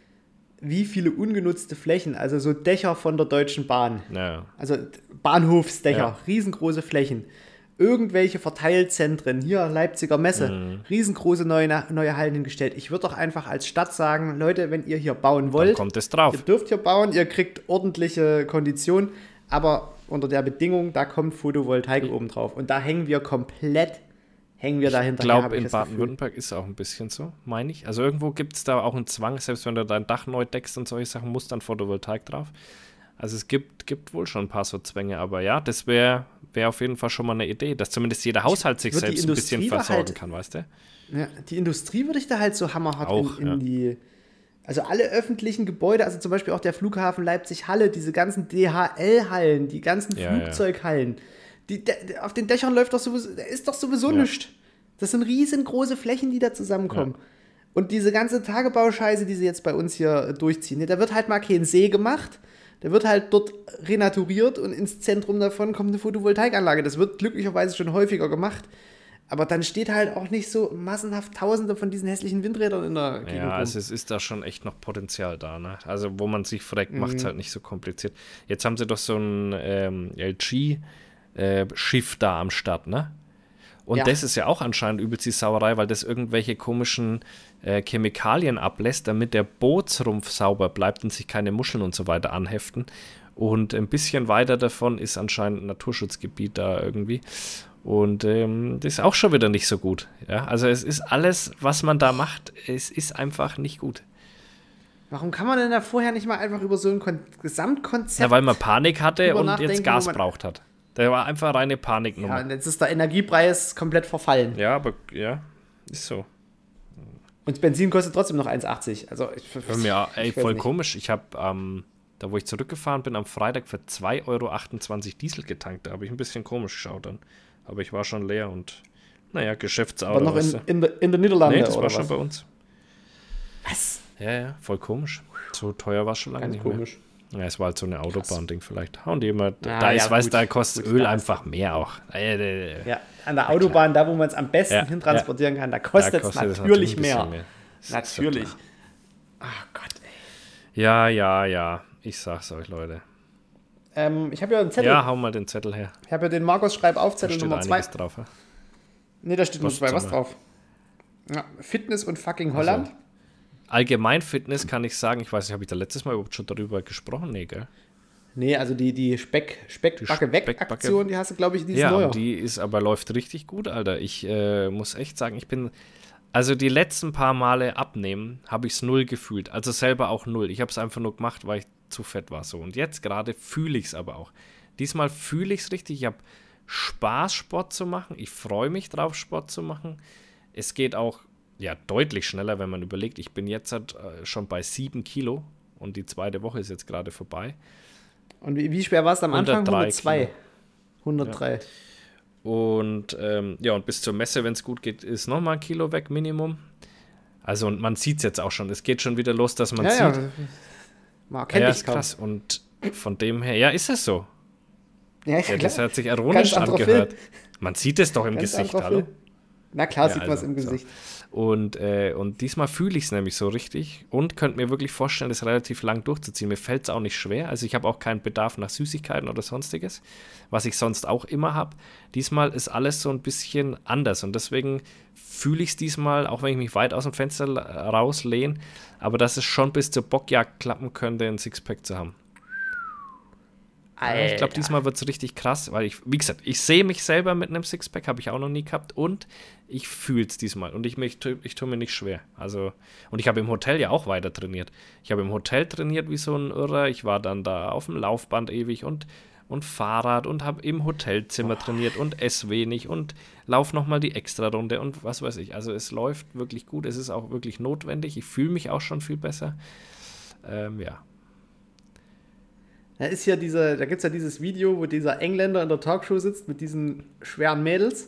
wie viele ungenutzte Flächen, also so Dächer von der Deutschen Bahn, ja. also Bahnhofsdächer, ja. riesengroße Flächen, irgendwelche Verteilzentren, hier Leipziger Messe, mhm. riesengroße neue, neue Hallen hingestellt. Ich würde doch einfach als Stadt sagen, Leute, wenn ihr hier bauen wollt, dann kommt es drauf. Ihr dürft hier bauen, ihr kriegt ordentliche Konditionen, aber unter der Bedingung, da kommt Photovoltaik oben drauf. Und da hängen wir komplett Hängen wir dahinter. Ich glaube, in Baden-Württemberg ist es auch ein bisschen so, meine ich. Also irgendwo gibt es da auch einen Zwang, selbst wenn du dein Dach neu deckst und solche Sachen, muss dann Photovoltaik drauf. Also es gibt, gibt wohl schon ein paar so Zwänge, aber ja, das wäre wär auf jeden Fall schon mal eine Idee, dass zumindest jeder Haushalt sich selbst ein bisschen versorgen halt, kann, weißt du? Ja, die Industrie würde ich da halt so hammerhart auch, in, in ja. die... Also alle öffentlichen Gebäude, also zum Beispiel auch der Flughafen Leipzig-Halle, diese ganzen D H L-Hallen, die ganzen ja, Flugzeughallen, die, de, auf den Dächern läuft doch sowieso, da ist doch sowieso ja. nichts. Das sind riesengroße Flächen, die da zusammenkommen. Ja. Und diese ganze Tagebauscheiße, die sie jetzt bei uns hier durchziehen, da wird halt mal kein See gemacht, da wird halt dort renaturiert und ins Zentrum davon kommt eine Photovoltaikanlage. Das wird glücklicherweise schon häufiger gemacht. Aber dann steht halt auch nicht so massenhaft Tausende von diesen hässlichen Windrädern in der Gegend. Ja, also es ist da schon echt noch Potenzial da, ne? Also wo man sich fragt, mhm. macht es halt nicht so kompliziert. Jetzt haben sie doch so ein ähm, L G-Schiff äh, da am Start, ne? Und ja. das ist ja auch anscheinend übelst die Sauerei, weil das irgendwelche komischen äh, Chemikalien ablässt, damit der Bootsrumpf sauber bleibt und sich keine Muscheln und so weiter anheften. Und ein bisschen weiter davon ist anscheinend ein Naturschutzgebiet da irgendwie. Und ähm, das ist auch schon wieder nicht so gut. Ja? Also es ist alles, was man da macht, es ist einfach nicht gut. Warum kann man denn da vorher nicht mal einfach über so ein Kon- Gesamtkonzept Ja, weil man Panik hatte und jetzt Gas braucht hat. Da war einfach reine Paniknummer. Ja, und jetzt ist der Energiepreis komplett verfallen. Ja, aber ja, ist so. Und Benzin kostet trotzdem noch eins achtzig. Also ich, ja, ey, ich voll nicht. komisch. Ich habe, ähm, da wo ich zurückgefahren bin, am Freitag für zwei Euro achtundzwanzig Diesel getankt. Da habe ich ein bisschen komisch geschaut dann. Aber ich war schon leer und, naja, Geschäftsauto. Aber noch in, in, de, in den Niederlanden, Nee, das oder war was? schon bei uns. Was? Ja, ja, voll komisch. So teuer war es schon lange Ganz nicht komisch. mehr. Ja, es war halt so eine Autobahn-Ding vielleicht. Und jemand, Ah, da ist, ja, weiß, gut, da kostet gut, Öl da einfach mehr auch. Ja, an der Autobahn, da wo man es am besten Ja, hintransportieren kann, da kostet es kostet natürlich es mehr. mehr. Natürlich. Ach Gott, ey. Ja, ja, ja. Ich sag's euch, Leute. Ähm, ich habe ja einen Zettel. Ja, hau mal den Zettel her. Ich habe ja den Markus Schreibaufzettel Da steht Nummer zwei. einiges drauf. Ja? Nee, da steht nur zwei was Postsammler. drauf. Ja, Fitness und fucking Holland. Also, allgemein Fitness kann ich sagen, ich weiß nicht, habe ich da letztes Mal überhaupt schon darüber gesprochen? Nee, gell? Nee, also die, die Speck, Speckbacke-Weg-Aktion, die hast du, glaube ich, die ist Ja, neuer. und die ist aber läuft richtig gut, Alter. Ich äh, muss echt sagen, ich bin, also die letzten paar Male abnehmen, habe ich es null gefühlt. Also selber auch null. Ich habe es einfach nur gemacht, weil ich zu fett war so. Und jetzt gerade fühle ich es aber auch. Diesmal fühle ich es richtig. Ich habe Spaß, Sport zu machen. Ich freue mich drauf, Sport zu machen. Es geht auch ja deutlich schneller, wenn man überlegt, ich bin jetzt halt, äh, schon bei sieben Kilo und die zweite Woche ist jetzt gerade vorbei. Und wie, wie schwer war es am Anfang? hundertdrei hundertzwei. Kilo. hundertdrei. Und ähm, ja, und bis zur Messe, wenn es gut geht, ist nochmal ein Kilo weg, Minimum. Also, und man sieht es jetzt auch schon. Es geht schon wieder los, dass man Ja, sieht. ja. Man kennt Ja, dich ist kaum. krass. Und von dem her, ja, ist es so. Ja, ja, Ja, das klar. hat sich Ganz ironisch anderer angehört. Film. Man sieht es doch im Ganz Gesicht, anderer hallo? Film. Na klar, Ja, sieht man es also, im so. Gesicht. Und, äh, und diesmal fühle ich es nämlich so richtig und könnte mir wirklich vorstellen, das relativ lang durchzuziehen. Mir fällt es auch nicht schwer. Also ich habe auch keinen Bedarf nach Süßigkeiten oder sonstiges, was ich sonst auch immer habe. Diesmal ist alles so ein bisschen anders und deswegen fühle ich es diesmal, auch wenn ich mich weit aus dem Fenster rauslehne, aber dass es schon bis zur Bockjagd klappen könnte, ein Sixpack zu haben. Ja, ich glaube, diesmal wird es richtig krass, weil ich, wie gesagt, ich sehe mich selber mit einem Sixpack, habe ich auch noch nie gehabt und ich fühle es diesmal und ich, mich, ich tue mir nicht schwer. Also, und ich habe im Hotel ja auch weiter trainiert. Ich habe im Hotel trainiert wie so ein Irrer, ich war dann da auf dem Laufband ewig und, und Fahrrad und habe im Hotelzimmer oh. trainiert und esse wenig und laufe nochmal die Extra-Runde und was weiß ich. Also es läuft wirklich gut, es ist auch wirklich notwendig, ich fühle mich auch schon viel besser. Ähm, ja. Da ist ja diese, da gibt es ja dieses Video, wo dieser Engländer in der Talkshow sitzt mit diesen schweren Mädels.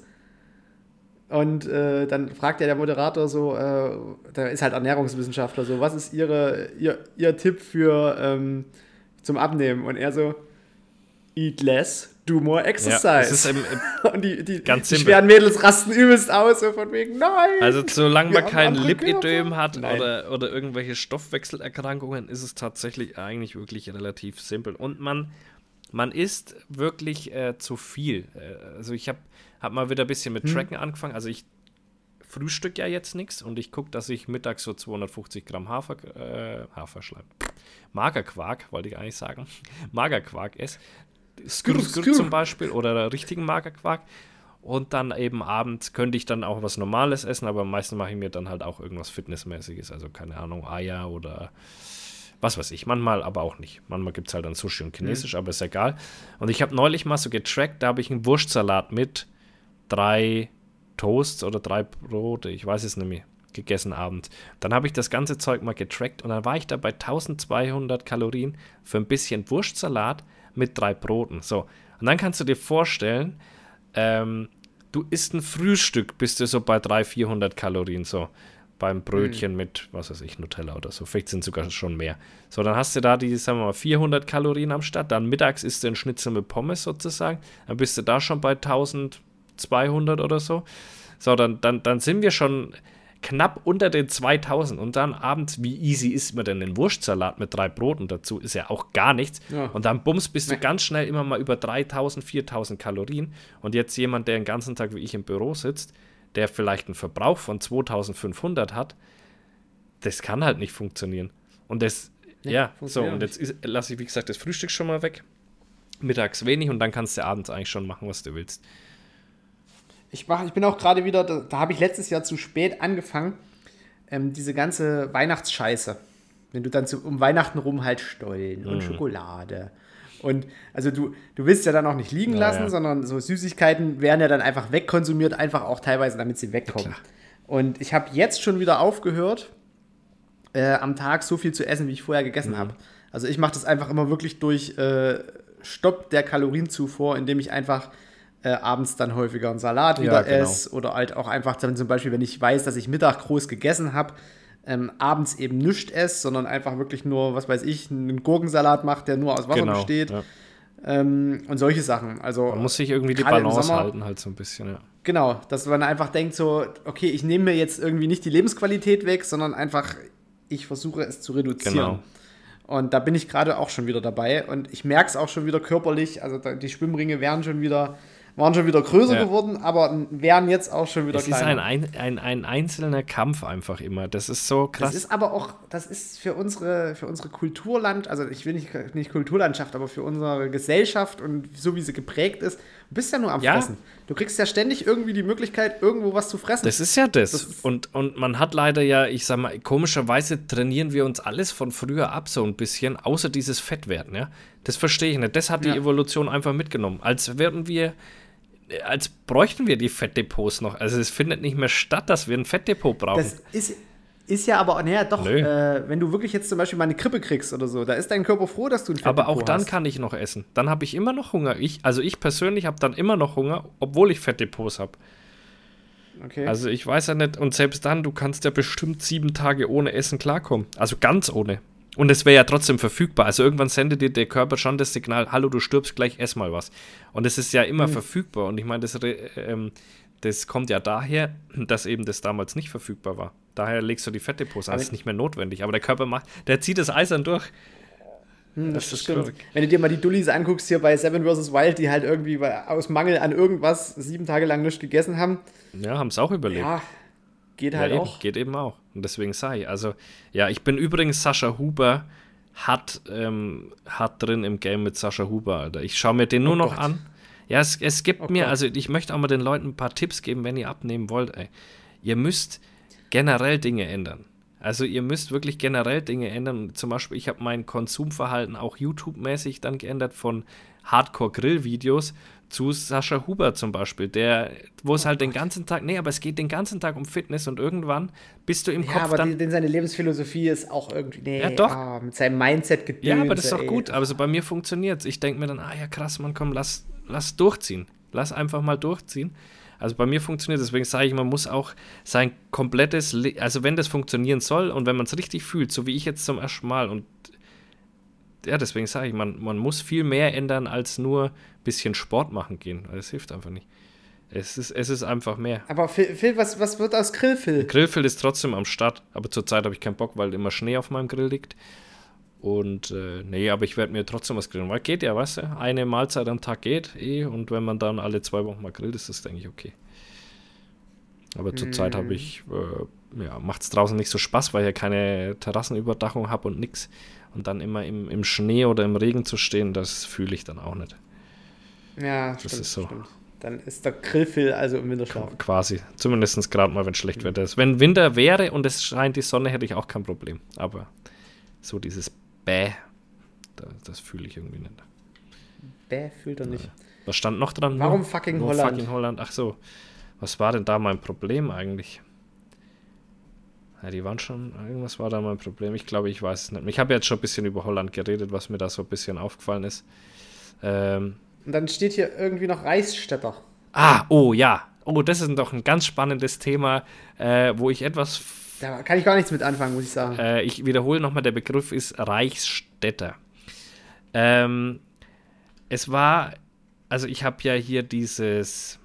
Und äh, dann fragt ja der Moderator so, äh, der ist halt Ernährungswissenschaftler, so, was ist ihre, ihr, ihr Tipp für ähm, zum Abnehmen? Und er so, eat less, do more exercise. Ja, das ist im, im und die, die, ganz die simpel. schweren Mädels rasten übelst aus, so von wegen, nein! Also solange man wir kein haben andere Lipödem Körper. hat Nein. oder, oder irgendwelche Stoffwechselerkrankungen, ist es tatsächlich eigentlich wirklich relativ simpel. Und man, man isst wirklich äh, zu viel. Äh, also ich habe hab mal wieder ein bisschen mit Tracken hm. angefangen. Also ich frühstück ja jetzt nichts und ich gucke, dass ich mittags so zweihundertfünfzig Gramm Hafer, äh, Haferschleim, Magerquark, wollte ich eigentlich sagen, Magerquark esse. Skür, Skür zum Beispiel oder richtigen Magerquark. Und dann eben abends könnte ich dann auch was Normales essen, aber am meisten mache ich mir dann halt auch irgendwas Fitnessmäßiges, also keine Ahnung, Eier oder was weiß ich, manchmal aber auch nicht. Manchmal gibt es halt dann Sushi und Chinesisch, mhm. aber ist egal. Und ich habe neulich mal so getrackt, da habe ich einen Wurstsalat mit drei Toasts oder drei Brote, ich weiß es nicht mehr, gegessen abends. Dann habe ich das ganze Zeug mal getrackt und dann war ich da bei eintausendzweihundert Kalorien für ein bisschen Wurstsalat mit drei Broten. So, und dann kannst du dir vorstellen, ähm, du isst ein Frühstück, bist du so bei dreihundert, vierhundert Kalorien, so beim Brötchen mhm. mit, was weiß ich, Nutella oder so. Vielleicht sind es sogar schon mehr. So, dann hast du da die, sagen wir mal, vierhundert Kalorien am Start. Dann mittags isst du einen Schnitzel mit Pommes sozusagen. Dann bist du da schon bei eintausendzweihundert oder so. So, dann, dann, dann sind wir schon knapp unter den zweitausend und dann abends, wie easy isst man denn den Wurstsalat mit drei Broten dazu? Ist ja auch gar nichts. Ja. Und dann bums, bist du nee. ganz schnell immer mal über dreitausend, viertausend Kalorien. Und jetzt jemand, der den ganzen Tag wie ich im Büro sitzt, der vielleicht einen Verbrauch von zweitausendfünfhundert hat, das kann halt nicht funktionieren. Und das, nee, ja, so, und jetzt lasse ich, wie gesagt, das Frühstück schon mal weg. Mittags wenig und dann kannst du abends eigentlich schon machen, was du willst. Ich, mach, ich bin auch gerade wieder, da, da habe ich letztes Jahr zu spät angefangen, ähm, diese ganze Weihnachtsscheiße. Wenn du dann zu, um Weihnachten rum halt Stollen mm. und Schokolade. Und also du, du willst ja dann auch nicht liegen lassen, ja, ja. sondern so Süßigkeiten werden ja dann einfach wegkonsumiert, einfach auch teilweise, damit sie wegkommen. Ja, und ich habe jetzt schon wieder aufgehört, äh, am Tag so viel zu essen, wie ich vorher gegessen mhm. habe. Also ich mache das einfach immer wirklich durch äh, Stopp der Kalorienzufuhr, indem ich einfach Äh, abends dann häufiger einen Salat wieder ja, genau. esse oder halt auch einfach dann zum Beispiel, wenn ich weiß, dass ich Mittag groß gegessen habe, ähm, abends eben nichts esse, sondern einfach wirklich nur, was weiß ich, einen Gurkensalat mache, der nur aus Wasser genau, besteht ja. ähm, und solche Sachen. Also man muss sich irgendwie die Balance Sommer, halten halt so ein bisschen, ja. Genau, dass man einfach denkt so, okay, ich nehme mir jetzt irgendwie nicht die Lebensqualität weg, sondern einfach, ich versuche es zu reduzieren. Genau. Und da bin ich gerade auch schon wieder dabei. Und ich merke es auch schon wieder körperlich. Also da, die Schwimmringe werden schon wieder, waren schon wieder größer Ja. geworden, aber werden jetzt auch schon wieder Es kleiner. ist ein, ein, ein, ein einzelner Kampf einfach immer. Das ist so krass. Das ist aber auch, das ist für unsere, für unsere Kulturland, also ich will nicht, nicht Kulturlandschaft, aber für unsere Gesellschaft und so wie sie geprägt ist, du bist ja nur am Ja. Fressen. Du kriegst ja ständig irgendwie die Möglichkeit, irgendwo was zu fressen. Das ist ja das. Das ist- und, und man hat leider ja, ich sag mal, komischerweise trainieren wir uns alles von früher ab so ein bisschen, außer dieses Fettwerden, ja. Das verstehe ich nicht. Das hat die Ja. Evolution einfach mitgenommen. Als würden wir, als bräuchten wir die Fettdepots noch. Also es findet nicht mehr statt, dass wir ein Fettdepot brauchen. Das ist, ist ja aber, naja, doch, Nö. äh, wenn du wirklich jetzt zum Beispiel mal eine Grippe kriegst oder so, da ist dein Körper froh, dass du ein Aber auch Fettdepot dann hast. kann ich noch essen. Dann habe ich immer noch Hunger. Ich, also ich persönlich habe dann immer noch Hunger, obwohl ich Fettdepots habe. Okay. Also ich weiß ja nicht, und selbst dann, du kannst ja bestimmt sieben Tage ohne Essen klarkommen. Also ganz ohne. Und es wäre ja trotzdem verfügbar. Also irgendwann sendet dir der Körper schon das Signal, hallo, du stirbst gleich, ess mal was. Und es ist ja immer Mhm. verfügbar. Und ich meine, das, re- ähm, das kommt ja daher, dass eben das damals nicht verfügbar war. Daher legst du die Fettdepots an, Aber das ist nicht mehr notwendig. Aber der Körper macht, der zieht das Eisern durch. Hm, das das ist stimmt. verrückt. Wenn du dir mal die Dullis anguckst hier bei Seven versus. Wild, die halt irgendwie bei- aus Mangel an irgendwas sieben Tage lang nichts gegessen haben, Ja, haben es auch überlebt. ja, geht Ja, halt eben, auch. geht eben auch. Und deswegen sage ich, also, ja, ich bin übrigens Sascha Huber, hat, ähm, hat drin im Game mit Sascha Huber, Alter. Ich schaue mir den nur Oh noch Gott. an. Ja, es, es gibt Oh mir, Gott. also ich möchte auch mal den Leuten ein paar Tipps geben, wenn ihr abnehmen wollt, ey. Ihr müsst generell Dinge ändern. Also ihr müsst wirklich generell Dinge ändern. Zum Beispiel, ich habe mein Konsumverhalten auch YouTube-mäßig dann geändert von Hardcore-Grill-Videos zu Sascha Huber zum Beispiel, der, wo es halt den ganzen Tag, nee, aber es geht den ganzen Tag um Fitness und irgendwann bist du im Ja, Kopf aber dann, die, denn seine Lebensphilosophie ist auch irgendwie, nee, Ja, doch. ah, mit seinem Mindset gedöns. ja, aber das ist doch ey. gut, also bei mir funktioniert es. Ich denke mir dann, ah ja, krass, man, komm, lass, lass durchziehen. Lass einfach mal durchziehen. Also bei mir funktioniert, deswegen sage ich, man muss auch sein komplettes, Le also wenn das funktionieren soll und wenn man es richtig fühlt, so wie ich jetzt zum ersten Mal und ja, deswegen sage ich, man, man muss viel mehr ändern als nur ein bisschen Sport machen gehen, weil es hilft einfach nicht. Es ist, es ist einfach mehr. Aber Phil, Phil was, was wird aus Grillphil? Grillfeld ist trotzdem am Start, aber zurzeit habe ich keinen Bock, weil immer Schnee auf meinem Grill liegt. Und äh, nee, aber ich werde mir trotzdem was grillen, weil geht ja, weißt du, eine Mahlzeit am Tag geht eh und wenn man dann alle zwei Wochen mal grillt, ist das, denke ich, okay. Aber zurzeit habe ich, äh, ja, macht es draußen nicht so Spaß, weil ich ja keine Terrassenüberdachung habe und nix. Und dann immer im, im Schnee oder im Regen zu stehen, das fühle ich dann auch nicht. Ja, Das stimmt, ist so. stimmt. Dann ist der Grillphil also im Winterschlaf. Quasi. Zumindest gerade mal, wenn schlecht Wetter ist. Wenn Winter wäre und es scheint die Sonne, hätte ich auch kein Problem. Aber so dieses Bäh, das, das fühle ich irgendwie nicht. Bäh, fühlt er nicht. Was stand noch dran? Warum Nur- fucking nur Holland? Fucking Holland. Ach so. Was war denn da mein Problem eigentlich? Ja, die waren schon, irgendwas war da mein Problem. Ich glaube, ich weiß es nicht. Ich habe jetzt schon ein bisschen über Holland geredet, was mir da so ein bisschen aufgefallen ist. Ähm, Und dann steht hier irgendwie noch Reichsstädter. ah, oh ja. Oh, das ist doch ein ganz spannendes Thema, äh, wo ich etwas Da kann ich gar nichts mit anfangen, muss ich sagen. Äh, ich wiederhole nochmal, der Begriff ist Reichsstädter. Ähm, es war, also ich habe ja hier dieses,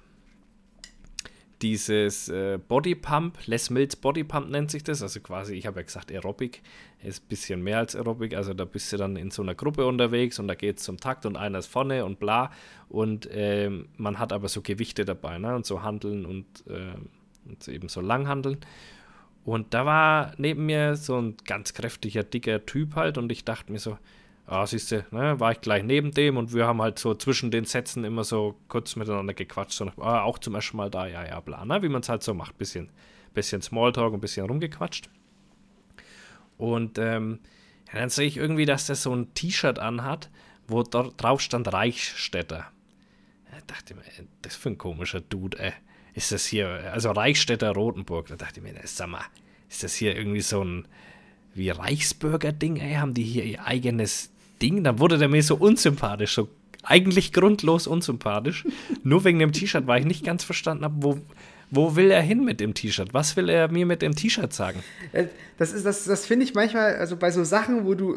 dieses äh, Bodypump, Les Mills Bodypump nennt sich das, also quasi, ich habe ja gesagt Aerobic, ist ein bisschen mehr als Aerobic, also da bist du dann in so einer Gruppe unterwegs und da geht es zum Takt und einer ist vorne und bla und ähm, man hat aber so Gewichte dabei, ne, und so Hanteln und, ähm, und eben so Langhanteln. Und da war neben mir so ein ganz kräftiger, dicker Typ halt und ich dachte mir so, ah, siehst du, ne, war ich gleich neben dem und wir haben halt so zwischen den Sätzen immer so kurz miteinander gequatscht, so, ah, auch zum ersten Mal da, ja, ja, bla, ne, wie man es halt so macht, bisschen, bisschen Smalltalk, ein bisschen rumgequatscht. Und ähm, ja, dann sehe ich irgendwie, dass der so ein T-Shirt anhat, wo dort drauf stand Reichsstädter. Da dachte ich mir, ey, das ist für ein komischer Dude, ey. Ist das hier, also Reichsstädter Rotenburg, da dachte ich mir, sag mal, ist das hier irgendwie so ein wie Reichsbürger-Ding, ey, haben die hier ihr eigenes Ding? Dann wurde der mir so unsympathisch, so eigentlich grundlos unsympathisch. Nur wegen dem T-Shirt, weil ich nicht ganz verstanden habe, wo, wo will er hin mit dem T-Shirt? Was will er mir mit dem T-Shirt sagen? Äh, Das ist, das, das finde ich manchmal, also bei so Sachen, wo du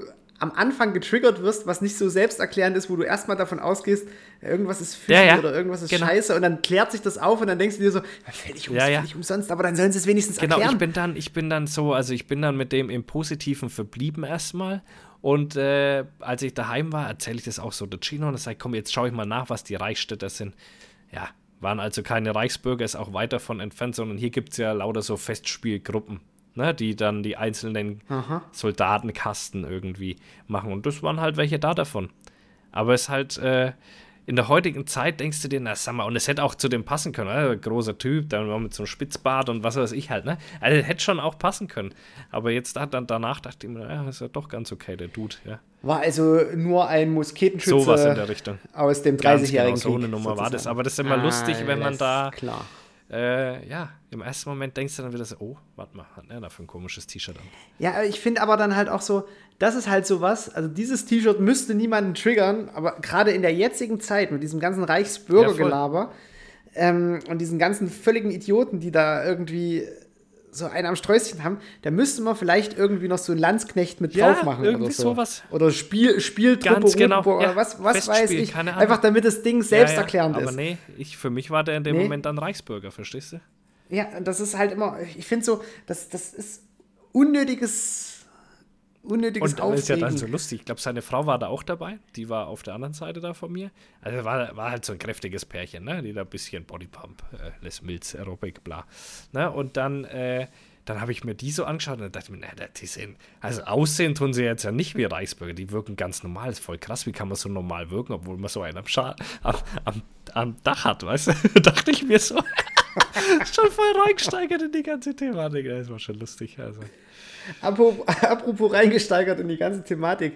am Anfang getriggert wirst, was nicht so selbsterklärend ist, wo du erstmal davon ausgehst, irgendwas ist fishy Ja, ja. oder irgendwas ist Genau. scheiße und dann klärt sich das auf und dann denkst du dir so, völlig, ums, Ja, ja. völlig umsonst, aber dann sollen sie es wenigstens Genau, erklären. ich bin dann, ich bin dann so, also ich bin dann mit dem im Positiven verblieben erstmal. Und äh, als ich daheim war, erzähle ich das auch so der Gino und sage, komm, jetzt schaue ich mal nach, was die Reichsstädter sind. Ja, waren also keine Reichsbürger, ist auch weit davon entfernt, sondern hier gibt es ja lauter so Festspielgruppen, ne, die dann die einzelnen Aha. Soldatenkasten irgendwie machen. Und das waren halt welche da davon. Aber es ist halt, äh, in der heutigen Zeit denkst du dir, na sag mal, und es hätte auch zu dem passen können, ne? Großer Typ, dann war mit so einem Spitzbart und was weiß ich halt, ne? Also hätte schon auch passen können. Aber jetzt da, dann danach dachte ich mir, ja, ist ja doch ganz okay, der Dude, ja. War also nur ein Musketenschütze Sowas in der Richtung. aus dem Ganz dreißigjährigen genau, so eine Krieg. Nummer war das. sozusagen. Aber das ist immer lustig, wenn man Alles da, Klar. äh, ja, im ersten Moment denkst du dann wieder so, oh, warte mal, hat er da für ein komisches T-Shirt an? Ja, ich finde aber dann halt auch so, das ist halt so was, also dieses T-Shirt müsste niemanden triggern, aber gerade in der jetzigen Zeit mit diesem ganzen Reichsbürgergelaber ähm, und diesen ganzen völligen Idioten, die da irgendwie so einen am Sträußchen haben, da müsste man vielleicht irgendwie noch so einen Landsknecht mit Ja, drauf machen irgendwie oder so. sowas. Oder Spiel, Spieltruppe, Ganz genau, Rotenburg ja, oder was, was weiß Festspiel, ich. keine Ahnung. Einfach damit das Ding selbsterklärend ja, ja, ist. Aber nee, ich, für mich war der in dem Nee. Moment dann Reichsbürger, verstehst du? Ja, das ist halt immer, ich finde so, das, das ist unnötiges, unnötiges Und das ist ja dann Aufregen. so lustig. Ich glaube, seine Frau war da auch dabei. Die war auf der anderen Seite da von mir. Also war, war halt so ein kräftiges Pärchen, ne? Die da ein bisschen Bodypump, äh, Les Mills, Aerobic, bla. Ne? Und dann, äh, dann habe ich mir die so angeschaut und dachte mir, na, die sehen, also aussehen tun sie jetzt ja nicht wie Reichsbürger. Die wirken ganz normal. Das ist voll krass. Wie kann man so normal wirken, obwohl man so einen am, Scha am, am, am Dach hat, weißt du? Dachte ich mir so. Schon voll reingesteigert in die ganze Thematik. Das war schon lustig. Also. Apropos, apropos reingesteigert in die ganze Thematik.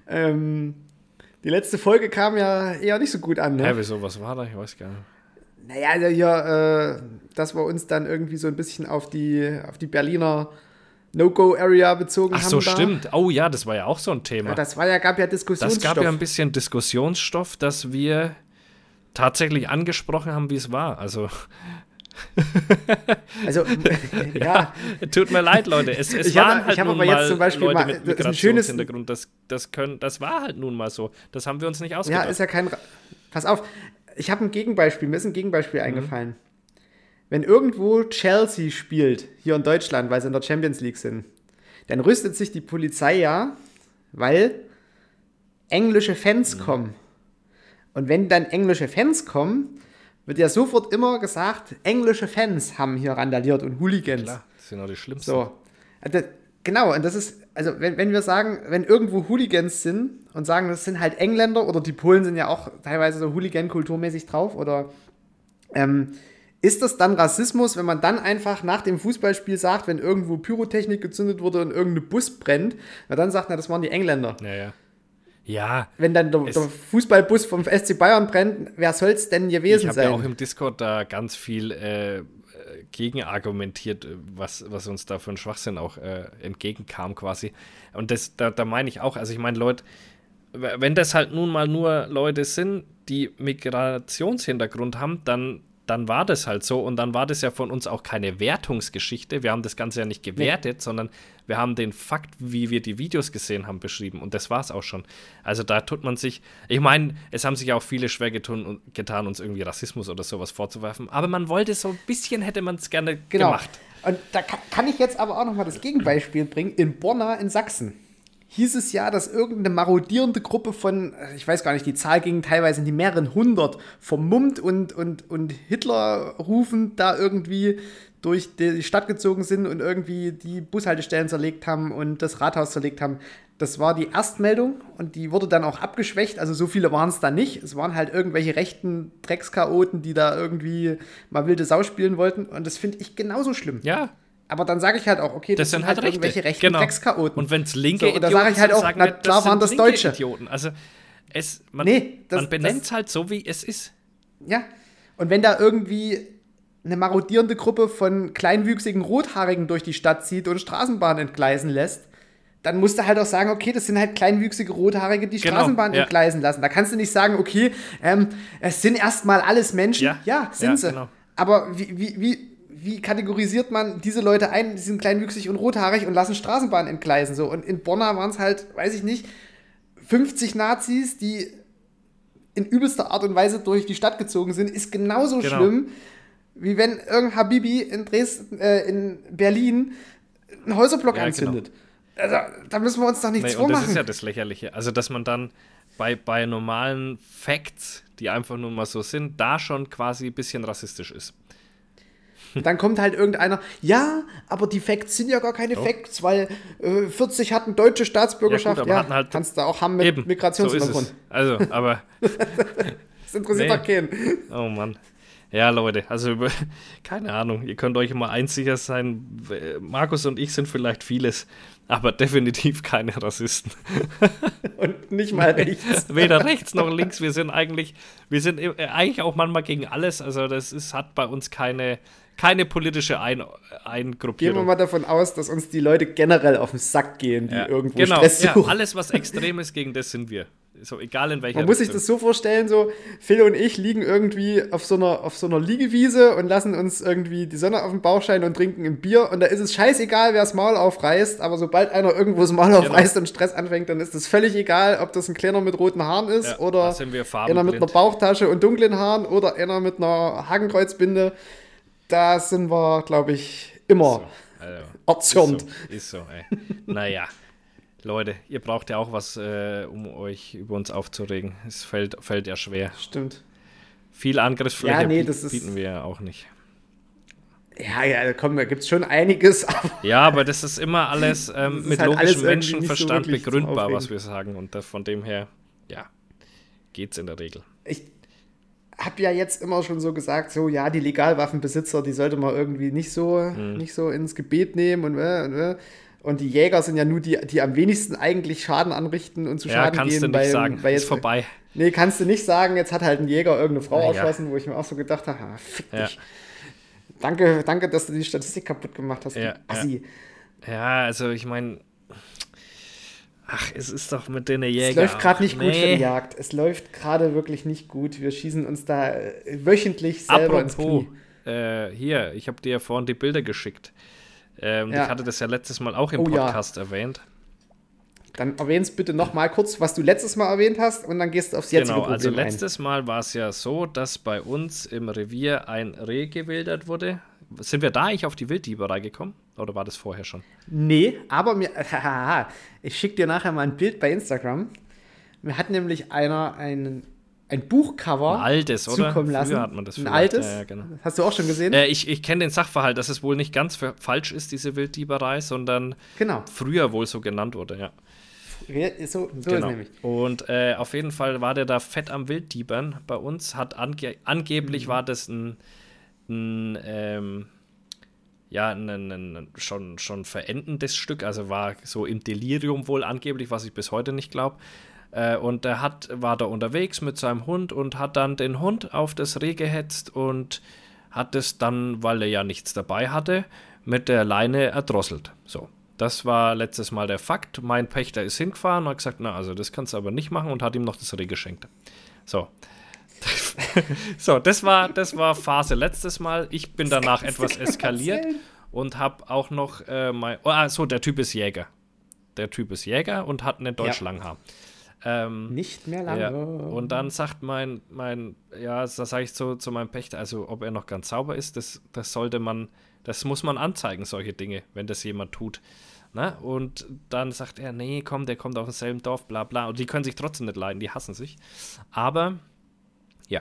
Ähm, die letzte Folge kam ja eher nicht so gut an, ne? Hä, wieso, was war da? Ich weiß gar nicht. Naja, also hier, äh, dass wir uns dann irgendwie so ein bisschen auf die, auf die Berliner No-Go-Area bezogen Ach haben. so, da. stimmt. Oh ja, das war ja auch so ein Thema. Ja, das war ja, gab ja Das Diskussionsstoff. gab ja ein bisschen Diskussionsstoff, dass wir tatsächlich angesprochen haben, wie es war. Also, Also, ja, tut mir leid, Leute. Es, es Ich waren habe- halt ich habe nun aber jetzt mal zum Beispiel Leute mal- mit das ist ein schönes- Migrationshintergrund. Das, das, können, das war halt nun mal so. Das haben wir uns nicht ja, ausgedacht. ist ja kein. Ra- Pass auf, ich habe ein Gegenbeispiel, mir ist ein Gegenbeispiel Mhm. eingefallen. Wenn irgendwo Chelsea spielt, hier in Deutschland, weil sie in der Champions League sind, dann rüstet sich die Polizei ja, weil englische Fans Mhm. kommen. Und wenn dann englische Fans kommen, wird ja sofort immer gesagt, englische Fans haben hier randaliert und Hooligans. Klar, das sind auch die schlimmsten. So. Also, genau, und das ist, also wenn, wenn wir sagen, wenn irgendwo Hooligans sind und sagen, das sind halt Engländer oder die Polen sind ja auch teilweise so Hooligan-kulturmäßig drauf, oder ähm, ist das dann Rassismus, wenn man dann einfach nach dem Fußballspiel sagt, wenn irgendwo Pyrotechnik gezündet wurde und irgendein Bus brennt, na dann sagt man, das waren die Engländer. Ja, ja. Ja, Wenn dann der, Es- der Fußballbus vom S C Bayern brennt, wer soll es denn gewesen ich habe sein? ja auch im Discord da ganz viel äh, gegen argumentiert, was, was uns da für ein Schwachsinn auch äh, entgegenkam quasi. Und das, da, da meine ich auch, also ich meine, Leute, w- wenn das halt nun mal nur Leute sind, die Migrationshintergrund haben, dann, dann war das halt so und dann war das ja von uns auch keine Wertungsgeschichte. Wir haben das Ganze ja nicht gewertet, sondern wir haben den Fakt, wie wir die Videos gesehen haben, beschrieben und das war es auch schon. Also da tut man sich, ich meine, es haben sich auch viele schwer getun, getan, uns irgendwie Rassismus oder sowas vorzuwerfen, aber man wollte so ein bisschen, hätte man es gerne Genau. gemacht. Und da kann, kann ich jetzt aber auch noch mal das Gegenbeispiel bringen. In Borna in Sachsen hieß es ja, dass irgendeine marodierende Gruppe von, ich weiß gar nicht, die Zahl ging teilweise in die mehreren hundert, vermummt und, und, und Hitler rufend da irgendwie durch die Stadt gezogen sind und irgendwie die Bushaltestellen zerlegt haben und das Rathaus zerlegt haben. Das war die Erstmeldung und die wurde dann auch abgeschwächt. Also so viele waren es da nicht. Es waren halt irgendwelche rechten Dreckschaoten, die da irgendwie mal wilde Sau spielen wollten. Und das finde ich genauso schlimm. Ja, Aber dann sage ich halt auch, okay, das, das sind halt Rechte. irgendwelche rechten Genau. Dreckschaoten. Und wenn es linke So, und da sag ich halt sind, auch, sagen na wir, klar waren sind das linke Deutsche. Idioten. Also es, man, Nee, das- man benennt das- es halt so, wie es ist. Ja. Und wenn da irgendwie eine marodierende Gruppe von kleinwüchsigen Rothaarigen durch die Stadt zieht und Straßenbahn entgleisen lässt, dann musst du halt auch sagen, okay, das sind halt kleinwüchsige Rothaarige, die Genau, Straßenbahn ja. entgleisen lassen. Da kannst du nicht sagen, okay, ähm, es sind erstmal alles Menschen. Ja, Ja, sind ja, sie. genau. Aber wie, wie, wie, wie kategorisiert man diese Leute ein, die sind kleinwüchsig und rothaarig und lassen Straßenbahn entgleisen? So. Und in Borna waren es halt, weiß ich nicht, fünfzig Nazis, die in übelster Art und Weise durch die Stadt gezogen sind, ist genauso Genau. schlimm, wie wenn irgendein Habibi in Dresden, äh, in Berlin einen Häuserblock Ja, anzündet. Also, da müssen wir uns doch nichts Nee, und das vormachen. ist ja das Lächerliche. Also, dass man dann bei, bei normalen Facts, die einfach nur mal so sind, da schon quasi ein bisschen rassistisch ist. Und dann kommt halt irgendeiner, ja, aber die Facts sind ja gar keine Doch. Facts, weil äh, vierzig hatten deutsche Staatsbürgerschaft. Ja, gut, Ja, aber hatten halt- kannst du auch haben mit Eben, so ist Migrationshintergrund. es. Also, aber, Das interessiert Nee. doch keinen. oh Mann. Ja, Leute, also über, keine Ahnung, ihr könnt euch immer eins sicher sein, Markus und ich sind vielleicht vieles, aber definitiv keine Rassisten. Und nicht mal rechts. Weder rechts noch links, wir sind eigentlich, wir sind äh, eigentlich auch manchmal gegen alles, also das ist, hat bei uns keine, keine politische Ein Gehen wir Eingruppierung. mal davon aus, dass uns die Leute generell auf den Sack gehen, die Ja, irgendwo genau, Stress ja, suchen. alles was extrem ist, gegen das sind wir. So, egal in welcher Man muss sich Richtung. das so vorstellen, so Phil und ich liegen irgendwie auf so einer, auf so einer Liegewiese und lassen uns irgendwie die Sonne auf den Bauch scheinen und trinken ein Bier und da ist es scheißegal, wer das Maul aufreißt, aber sobald einer irgendwo das Maul aufreißt und Stress anfängt, dann ist es völlig egal, ob das ein Kleiner mit roten Haaren ist Ja, da oder sind wir einer mit einer farbenblind. Bauchtasche und dunklen Haaren oder einer mit einer Hakenkreuzbinde. Da sind wir, glaube ich, immer Also, erzürnt. Ist so, ist so ey. Naja, Leute, ihr braucht ja auch was, äh, um euch über uns aufzuregen. Es fällt, fällt ja schwer. Stimmt. Viel Angriffsfläche Ja, nee, biet- das ist- bieten wir ja auch nicht. Ja, ja, komm, da gibt es schon einiges, aber Ja, aber das ist immer alles ähm, Das ist mit halt alles logischem irgendwie nicht so Menschenverstand wirklich zum begründbar, was Aufregen. wir sagen. Und da, von dem her, ja, geht's in der Regel. ich habe ja jetzt immer schon so gesagt, so ja, die Legalwaffenbesitzer, die sollte man irgendwie nicht so, Mhm. nicht so ins Gebet nehmen und äh, und, äh. und die Jäger sind ja nur die, die am wenigsten eigentlich Schaden anrichten und zu Ja, Schaden kannst gehen. du nicht bei, sagen. bei Ist jetzt, vorbei. Nee, kannst du nicht sagen, jetzt hat halt ein Jäger irgendeine Frau Na ja. erschossen, wo ich mir auch so gedacht habe, ah, fick Ja. dich. Danke, danke, dass du die Statistik kaputt gemacht hast, Ja, du Assi. Ja, also ich meine, ach, es ist doch mit den Jägern. Es läuft gerade auch- nicht gut für Nee. die Jagd. Es läuft gerade wirklich nicht gut. Wir schießen uns da äh, wöchentlich selber ins Apropos, Knie. äh, hier, ich habe dir ja vorhin die Bilder geschickt. Ähm, Ja. Ich hatte das ja letztes Mal auch im Oh ja. Podcast erwähnt. Dann erwähnst bitte noch mal kurz, was du letztes Mal erwähnt hast und dann gehst du aufs jetzige Genau, Problem also ein. letztes Mal war es ja so, dass bei uns im Revier ein Reh gewildert wurde. Sind wir da eigentlich auf die Wilddieberei gekommen? Oder war das vorher schon? Nee, aber mir, ich schicke dir nachher mal ein Bild bei Instagram. Mir hat nämlich einer ein, ein Buchcover Ein altes, oder? zukommen lassen. Früher hat man das ein vielleicht. altes. Ja, ja, genau. Hast du auch schon gesehen? Äh, ich ich kenne den Sachverhalt, dass es wohl nicht ganz für, falsch ist, diese Wilddieberei, sondern Genau. früher wohl so genannt wurde, ja. Ja, So, so Genau. ist nämlich. Und äh, auf jeden Fall war der da fett am Wilddiebern bei uns. Hat ange angeblich Mhm. war das ein, ein ähm, ja, ein, ein, ein schon, schon verendendes Stück, also war so im Delirium wohl angeblich, was ich bis heute nicht glaube. Äh, und er hat, war da unterwegs mit seinem Hund und hat dann den Hund auf das Reh gehetzt und hat es dann, weil er ja nichts dabei hatte, mit der Leine erdrosselt. So. Das war letztes Mal der Fakt. Mein Pächter ist hingefahren und hat gesagt, na, also das kannst du aber nicht machen und hat ihm noch das Reh geschenkt. So. So, das war, das war Phase letztes Mal. Ich bin danach etwas eskaliert und habe auch noch äh, mein. Oh, ah, so, der Typ ist Jäger. Der Typ ist Jäger und hat einen Deutschlanghaar. Ähm, Nicht mehr lange. ja. Und dann sagt mein, mein ja, das sage ich zu, zu meinem Pächter, also ob er noch ganz sauber ist, das, das sollte man, das muss man anzeigen, solche Dinge, wenn das jemand tut. Na? Und dann sagt er, nee, komm, der kommt aus demselben Dorf, bla bla. Und die können sich trotzdem nicht leiden, die hassen sich. Aber, ja.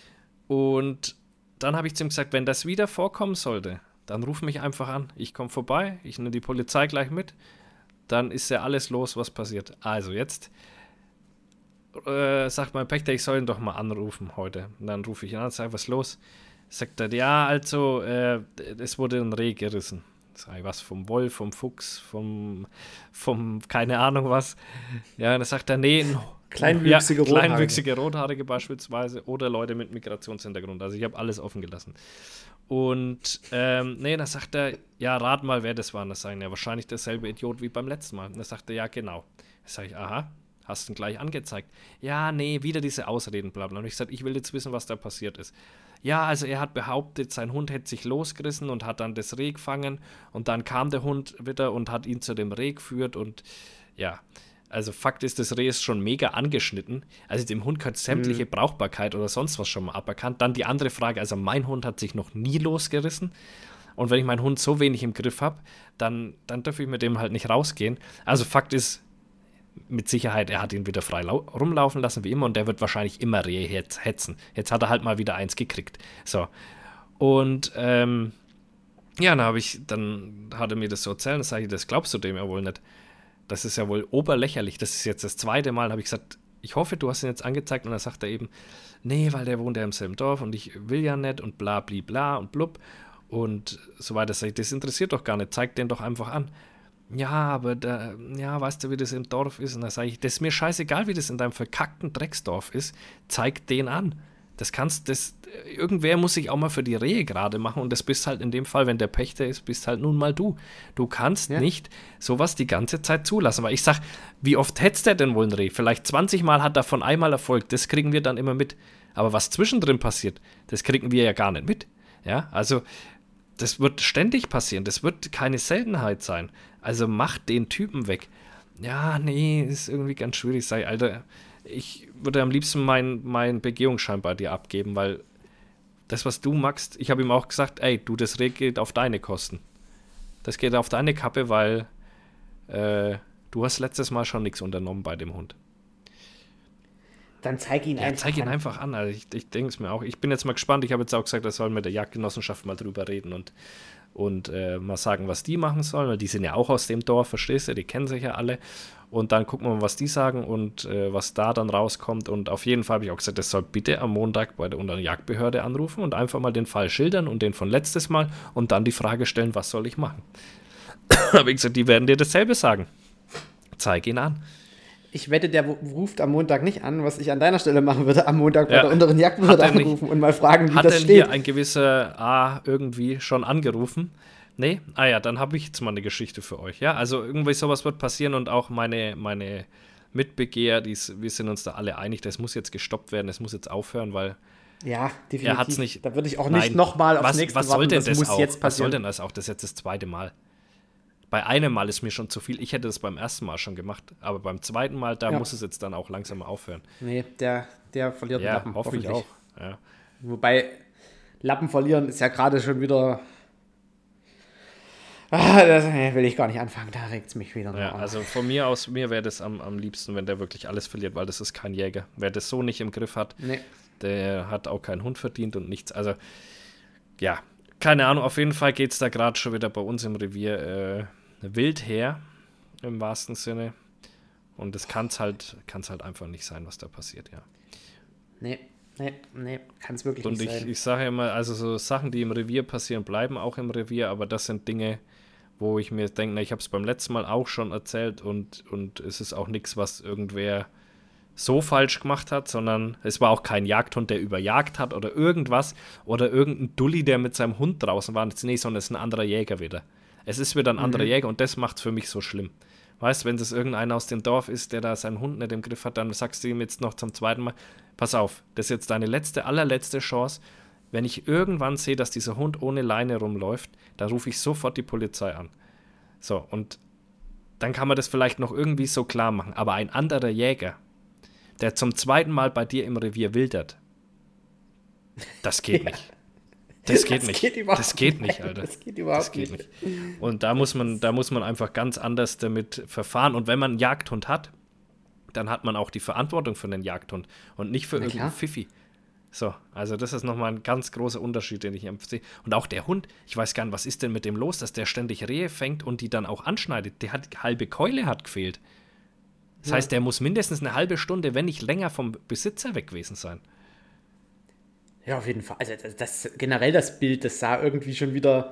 Und dann habe ich zu ihm gesagt, wenn das wieder vorkommen sollte, dann ruf mich einfach an. Ich komme vorbei, ich nehme die Polizei gleich mit. Dann ist ja alles los, was passiert. Also jetzt äh, sagt mein Pächter, ich soll ihn doch mal anrufen heute. Und dann rufe ich ihn an, sage, was ist los? Sagt er, ja, also, äh, es wurde ein Reh gerissen. Sag ich, was, vom Wolf, vom Fuchs, vom, vom, keine Ahnung was. Ja, und dann sagt er, nee, ein Kleinwüchsige ja, Rothaarige. Kleinwüchsige Rothaarige beispielsweise oder Leute mit Migrationshintergrund. Also ich habe alles offen gelassen. Und ähm, nee, dann sagt er, ja, rat mal, wer das war. Und das sagen ja wahrscheinlich derselbe Idiot wie beim letzten Mal. Und dann sagt er, ja, genau. Da sage ich, aha, hast du ihn gleich angezeigt? Ja, nee, wieder diese Ausreden, bla bla. Und ich gesagt, ich will jetzt wissen, was da passiert ist. Ja, also er hat behauptet, sein Hund hätte sich losgerissen und hat dann das Reh gefangen. Und dann kam der Hund wieder und hat ihn zu dem Reh geführt. Und ja, Also Fakt ist, das Reh ist schon mega angeschnitten. Also dem Hund hat sämtliche mhm. Brauchbarkeit oder sonst was schon mal aberkannt. Dann die andere Frage, also mein Hund hat sich noch nie losgerissen. Und wenn ich meinen Hund so wenig im Griff habe, dann, dann darf ich mit dem halt nicht rausgehen. Also Fakt ist, mit Sicherheit, er hat ihn wieder frei lau- rumlaufen lassen, wie immer. Und der wird wahrscheinlich immer Rehe hetz- hetzen. Jetzt hat er halt mal wieder eins gekriegt. So. Und, ähm, ja, dann habe ich, dann hat er mir das so erzählt. Dann sage ich, das glaubst du dem ja wohl nicht. Das ist ja wohl oberlächerlich. Das ist jetzt das zweite Mal. Dann habe ich gesagt, ich hoffe, du hast ihn jetzt angezeigt. Und dann sagt er eben, nee, weil der wohnt ja im selben Dorf und ich will ja nicht und bla, bli, bla und blub. Und so weiter. Sag ich, das interessiert doch gar nicht. Zeig den doch einfach an. Ja, aber da, ja, weißt du, wie das im Dorf ist? Und dann sage ich, das ist mir scheißegal, wie das in deinem verkackten Drecksdorf ist. Zeig den an. Das kannst, das, irgendwer muss sich auch mal für die Rehe gerade machen und das bist halt in dem Fall, wenn der Pächter ist, bist halt nun mal du. Du kannst ja. nicht sowas die ganze Zeit zulassen, weil ich sag, wie oft hetzt der denn wohl ein Reh? Vielleicht zwanzig Mal hat davon einmal Erfolg, das kriegen wir dann immer mit. Aber was zwischendrin passiert, das kriegen wir ja gar nicht mit. Ja, also das wird ständig passieren, das wird keine Seltenheit sein. Also mach den Typen weg. Ja, nee, ist irgendwie ganz schwierig, sei, Alter. Ich würde am liebsten meinen mein Begehungsschein bei dir abgeben, weil das, was du magst, ich habe ihm auch gesagt, ey, du, das Reh geht auf deine Kosten. Das geht auf deine Kappe, weil äh, du hast letztes Mal schon nichts unternommen bei dem Hund. Dann zeig ihn ja, einfach zeig ihn an. einfach an. Also ich ich denke es mir auch. Ich bin jetzt mal gespannt. Ich habe jetzt auch gesagt, er soll mit der Jagdgenossenschaft mal drüber reden und, und äh, mal sagen, was die machen sollen, weil die sind ja auch aus dem Dorf, verstehst du? Die kennen sich ja alle. Und dann gucken wir mal, was die sagen und äh, was da dann rauskommt. Und auf jeden Fall habe ich auch gesagt, das soll bitte am Montag bei der unter der Jagdbehörde anrufen und einfach mal den Fall schildern und den von letztes Mal und dann die Frage stellen, was soll ich machen? Habe ich gesagt, die werden dir dasselbe sagen. Zeig ihn an. Ich wette, der ruft am Montag nicht an, was ich an deiner Stelle machen würde, am Montag bei ja. der unteren Jagdbehörde anrufen und mal fragen, wie hat das denn steht. Hat denn hier ein gewisser A irgendwie schon angerufen? Nee? Ah ja, dann habe ich jetzt mal eine Geschichte für euch. Ja, also irgendwie sowas wird passieren und auch meine, meine Mitbegeher, die's, wir sind uns da alle einig, das muss jetzt gestoppt werden, das muss jetzt aufhören, weil ja, definitiv. Er hat's nicht, da würde ich auch nicht nochmal aufs was, nächste was soll warten, denn das, das muss auch? jetzt passieren. Was soll denn das auch? Das ist jetzt das zweite Mal. Bei einem Mal ist mir schon zu viel. Ich hätte das beim ersten Mal schon gemacht, aber beim zweiten Mal, da ja. muss es jetzt dann auch langsam aufhören. Nee, der, der verliert ja, Lappen. hoffe ich auch. Ja. Wobei, Lappen verlieren ist ja gerade schon wieder... Ah, das will ich gar nicht anfangen, da regt es mich wieder. Ja, also von mir aus, mir wäre das am, am liebsten, wenn der wirklich alles verliert, weil das ist kein Jäger. Wer das so nicht im Griff hat, nee. der hat auch keinen Hund verdient und nichts. Also, ja, keine Ahnung, auf jeden Fall geht es da gerade schon wieder bei uns im Revier äh, wild her, im wahrsten Sinne. Und das kann es halt, kann's halt einfach nicht sein, was da passiert, ja. Nee, nee, nee, kann es wirklich und nicht ich, sein. Und ich sage immer, also so Sachen, die im Revier passieren, bleiben auch im Revier, aber das sind Dinge, wo ich mir denke, ich habe es beim letzten Mal auch schon erzählt und, und es ist auch nichts, was irgendwer so falsch gemacht hat, sondern es war auch kein Jagdhund, der überjagt hat oder irgendwas oder irgendein Dulli, der mit seinem Hund draußen war. Nee, sondern es ist ein anderer Jäger wieder. Es ist wieder ein anderer mhm. Jäger und das macht es für mich so schlimm. Weißt du, wenn es irgendeiner aus dem Dorf ist, der da seinen Hund nicht im Griff hat, dann sagst du ihm jetzt noch zum zweiten Mal, pass auf, das ist jetzt deine letzte, allerletzte Chance. Wenn ich irgendwann sehe, dass dieser Hund ohne Leine rumläuft, dann rufe ich sofort die Polizei an. So, und dann kann man das vielleicht noch irgendwie so klar machen. Aber ein anderer Jäger, der zum zweiten Mal bei dir im Revier wildert, das geht ja. nicht. Das geht das nicht. Geht das geht nicht, Alter. Das geht überhaupt das geht nicht. nicht. Und da muss man, da muss man einfach ganz anders damit verfahren. Und wenn man einen Jagdhund hat, dann hat man auch die Verantwortung für den Jagdhund und nicht für irgendeinen Pfiffi. So, also das ist nochmal ein ganz großer Unterschied, den ich sehe. Und auch der Hund, ich weiß gar nicht, was ist denn mit dem los, dass der ständig Rehe fängt und die dann auch anschneidet. Der hat halbe Keule hat gefehlt. Das ja. heißt, der muss mindestens eine halbe Stunde, wenn nicht länger, vom Besitzer weg gewesen sein. Ja, auf jeden Fall. Also das, das generell das Bild, das sah irgendwie schon wieder.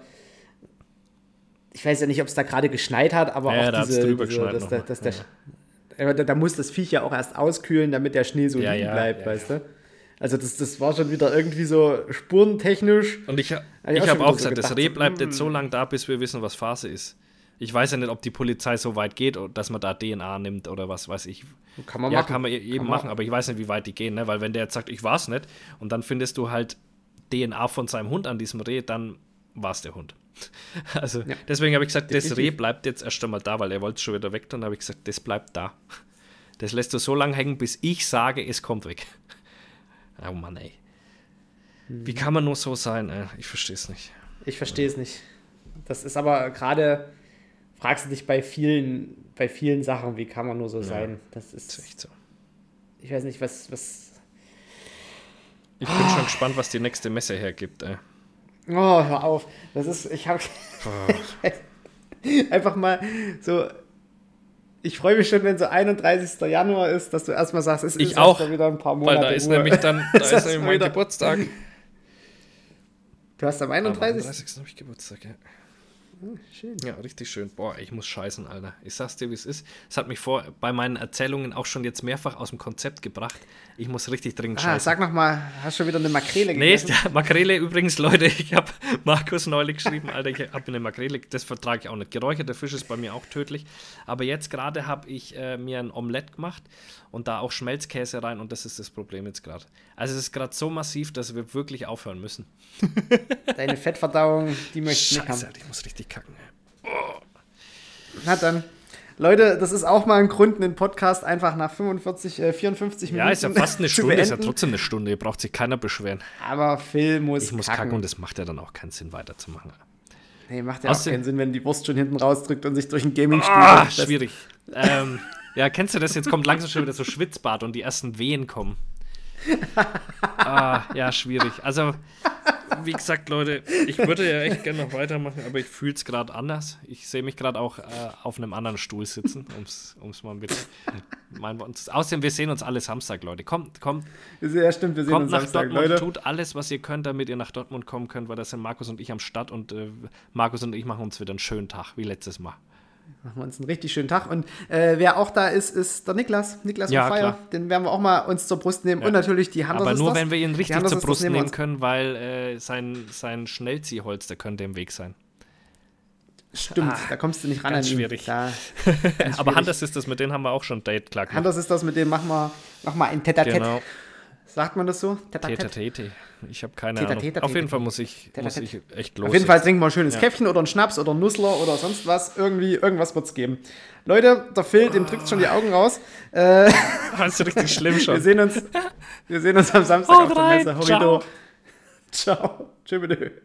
Ich weiß ja nicht, ob es da gerade geschneit hat, aber ja, auch da diese, drüber diese dass, dass, dass der, ja. da, da muss das Viech ja auch erst auskühlen, damit der Schnee so ja, liegen ja, bleibt, ja, weißt ja. du? Also das, das war schon wieder irgendwie so spurentechnisch. Und ich, ich, ich habe auch gesagt, so das Reh bleibt jetzt so lange da, bis wir wissen, was Phase ist. Ich weiß ja nicht, ob die Polizei so weit geht, dass man da D N A nimmt oder was weiß ich. Kann man ja, machen. kann man eben kann machen, man. Aber ich weiß nicht, wie weit die gehen, ne? Weil wenn der jetzt sagt, ich war's nicht, und dann findest du halt D N A von seinem Hund an diesem Reh, dann war's der Hund. Also Ja. deswegen habe ich gesagt, das Definitiv. Reh bleibt jetzt erst einmal da, weil er wollte schon wieder weg. Dann habe ich gesagt, das bleibt da. Das lässt du so lange hängen, bis ich sage, es kommt weg. Oh Mann, ey. Wie kann man nur so sein? Ey? Ich verstehe es nicht. Ich verstehe es nicht. Das ist aber gerade, fragst du dich bei vielen, bei vielen Sachen, wie kann man nur so Ja. sein? Das ist, Das ist echt so. ich weiß nicht, was, was. Ich bin schon gespannt, was die nächste Messe hergibt. Ey. Oh, hör auf. Das ist, ich habe einfach mal so. Ich freue mich schon, wenn so einunddreißigster Januar ist, dass du erstmal sagst, es Ich ist auch, erst mal wieder ein paar Monate Weil da ist Ruhe. nämlich dann da Das ist ist nämlich mal mein wieder- Geburtstag. Du hast am Am einunddreißigsten einunddreißigsten habe ich Geburtstag, ja. Schön. Ja, richtig schön. Boah, ich muss scheißen, Alter. Ich sag's dir, wie es ist. Es hat mich vor bei meinen Erzählungen auch schon jetzt mehrfach aus dem Konzept gebracht. Ich muss richtig dringend Ah, scheißen. sag noch mal, hast du schon wieder eine Makrele Nee, gegessen? der Makrele übrigens, Leute, ich habe Markus neulich geschrieben, Alter, ich habe eine Makrele, das vertrage ich auch nicht. Geräucherter Fisch ist bei mir auch tödlich. Aber jetzt gerade habe ich äh, mir ein Omelett gemacht und da auch Schmelzkäse rein und das ist das Problem jetzt gerade. Also es ist gerade so massiv, dass wir wirklich aufhören müssen. Deine Fettverdauung, die möchte ich nicht Scheiße, haben. Alter, ich muss richtig kacken. Ey. Na dann. Leute, das ist auch mal ein Grund, einen Podcast einfach nach fünfundvierzig, äh, vierundfünfzig Minuten Ja, ist ja fast eine zu Stunde, ist ja beenden. trotzdem eine Stunde, hier braucht sich keiner beschweren. Aber Phil muss Ich muss kacken. kacken und es macht ja dann auch keinen Sinn, weiterzumachen. Nee, macht ja auch Außerdem- keinen Sinn, wenn die Wurst schon hinten rausdrückt und sich durch ein Gaming-Spiel Ah, durchlässt. schwierig. ähm, ja, kennst du das? Jetzt kommt langsam schon wieder so Schwitzbad und die ersten Wehen kommen. Ah, ja, schwierig. Also, wie gesagt, Leute, ich würde ja echt gerne noch weitermachen, aber ich fühle es gerade anders. Ich sehe mich gerade auch äh, auf einem anderen Stuhl sitzen, um es mal mit meinen Worten zu. Außerdem, wir sehen uns alle Samstag, Leute. Kommt, kommt, Ja, stimmt, wir sehen kommt uns nach Samstag, Dortmund, Leute. tut alles, was ihr könnt, damit ihr nach Dortmund kommen könnt, weil da sind Markus und ich am Start und äh, Markus und ich machen uns wieder einen schönen Tag, wie letztes Mal. Machen wir uns einen richtig schönen Tag. Und äh, wer auch da ist, ist der Niklas. Niklas Ja, von Fire. klar. Den werden wir auch mal uns zur Brust nehmen. Ja. Und natürlich die Hunters Aber nur, Sisters. wenn wir ihn Die richtig Hunters zur Sisters Brust wir nehmen uns. können, weil äh, sein, sein Schnellziehholz, der könnte im Weg sein. Stimmt, Ah, da kommst du nicht ran ganz an ihn. schwierig. Da, Aber Hunters ist das, mit denen haben wir auch schon ein Date, klar. gemacht. Hunters ist das, mit dem machen wir nochmal ein Tete-a-Tete. Genau. Sagt man das so? Tete-a-Tete? Tete, Ich habe keine Tete, Ahnung. Tete, Auf Tete, jeden Fall Tete. muss ich, Tete, muss Tete. ich echt los. Auf jeden Fall jetzt. trinken wir ein schönes Ja. Käffchen oder einen Schnaps oder einen Nussler oder sonst was. Irgendwie, irgendwas wird es geben. Leute, der Phil, dem drückt schon die Augen raus. Äh, Das ist richtig schlimm wir, schon. sehen uns, wir sehen uns am Samstag Haut auf der rein. Messe. Horrido. Ciao. Tschüss.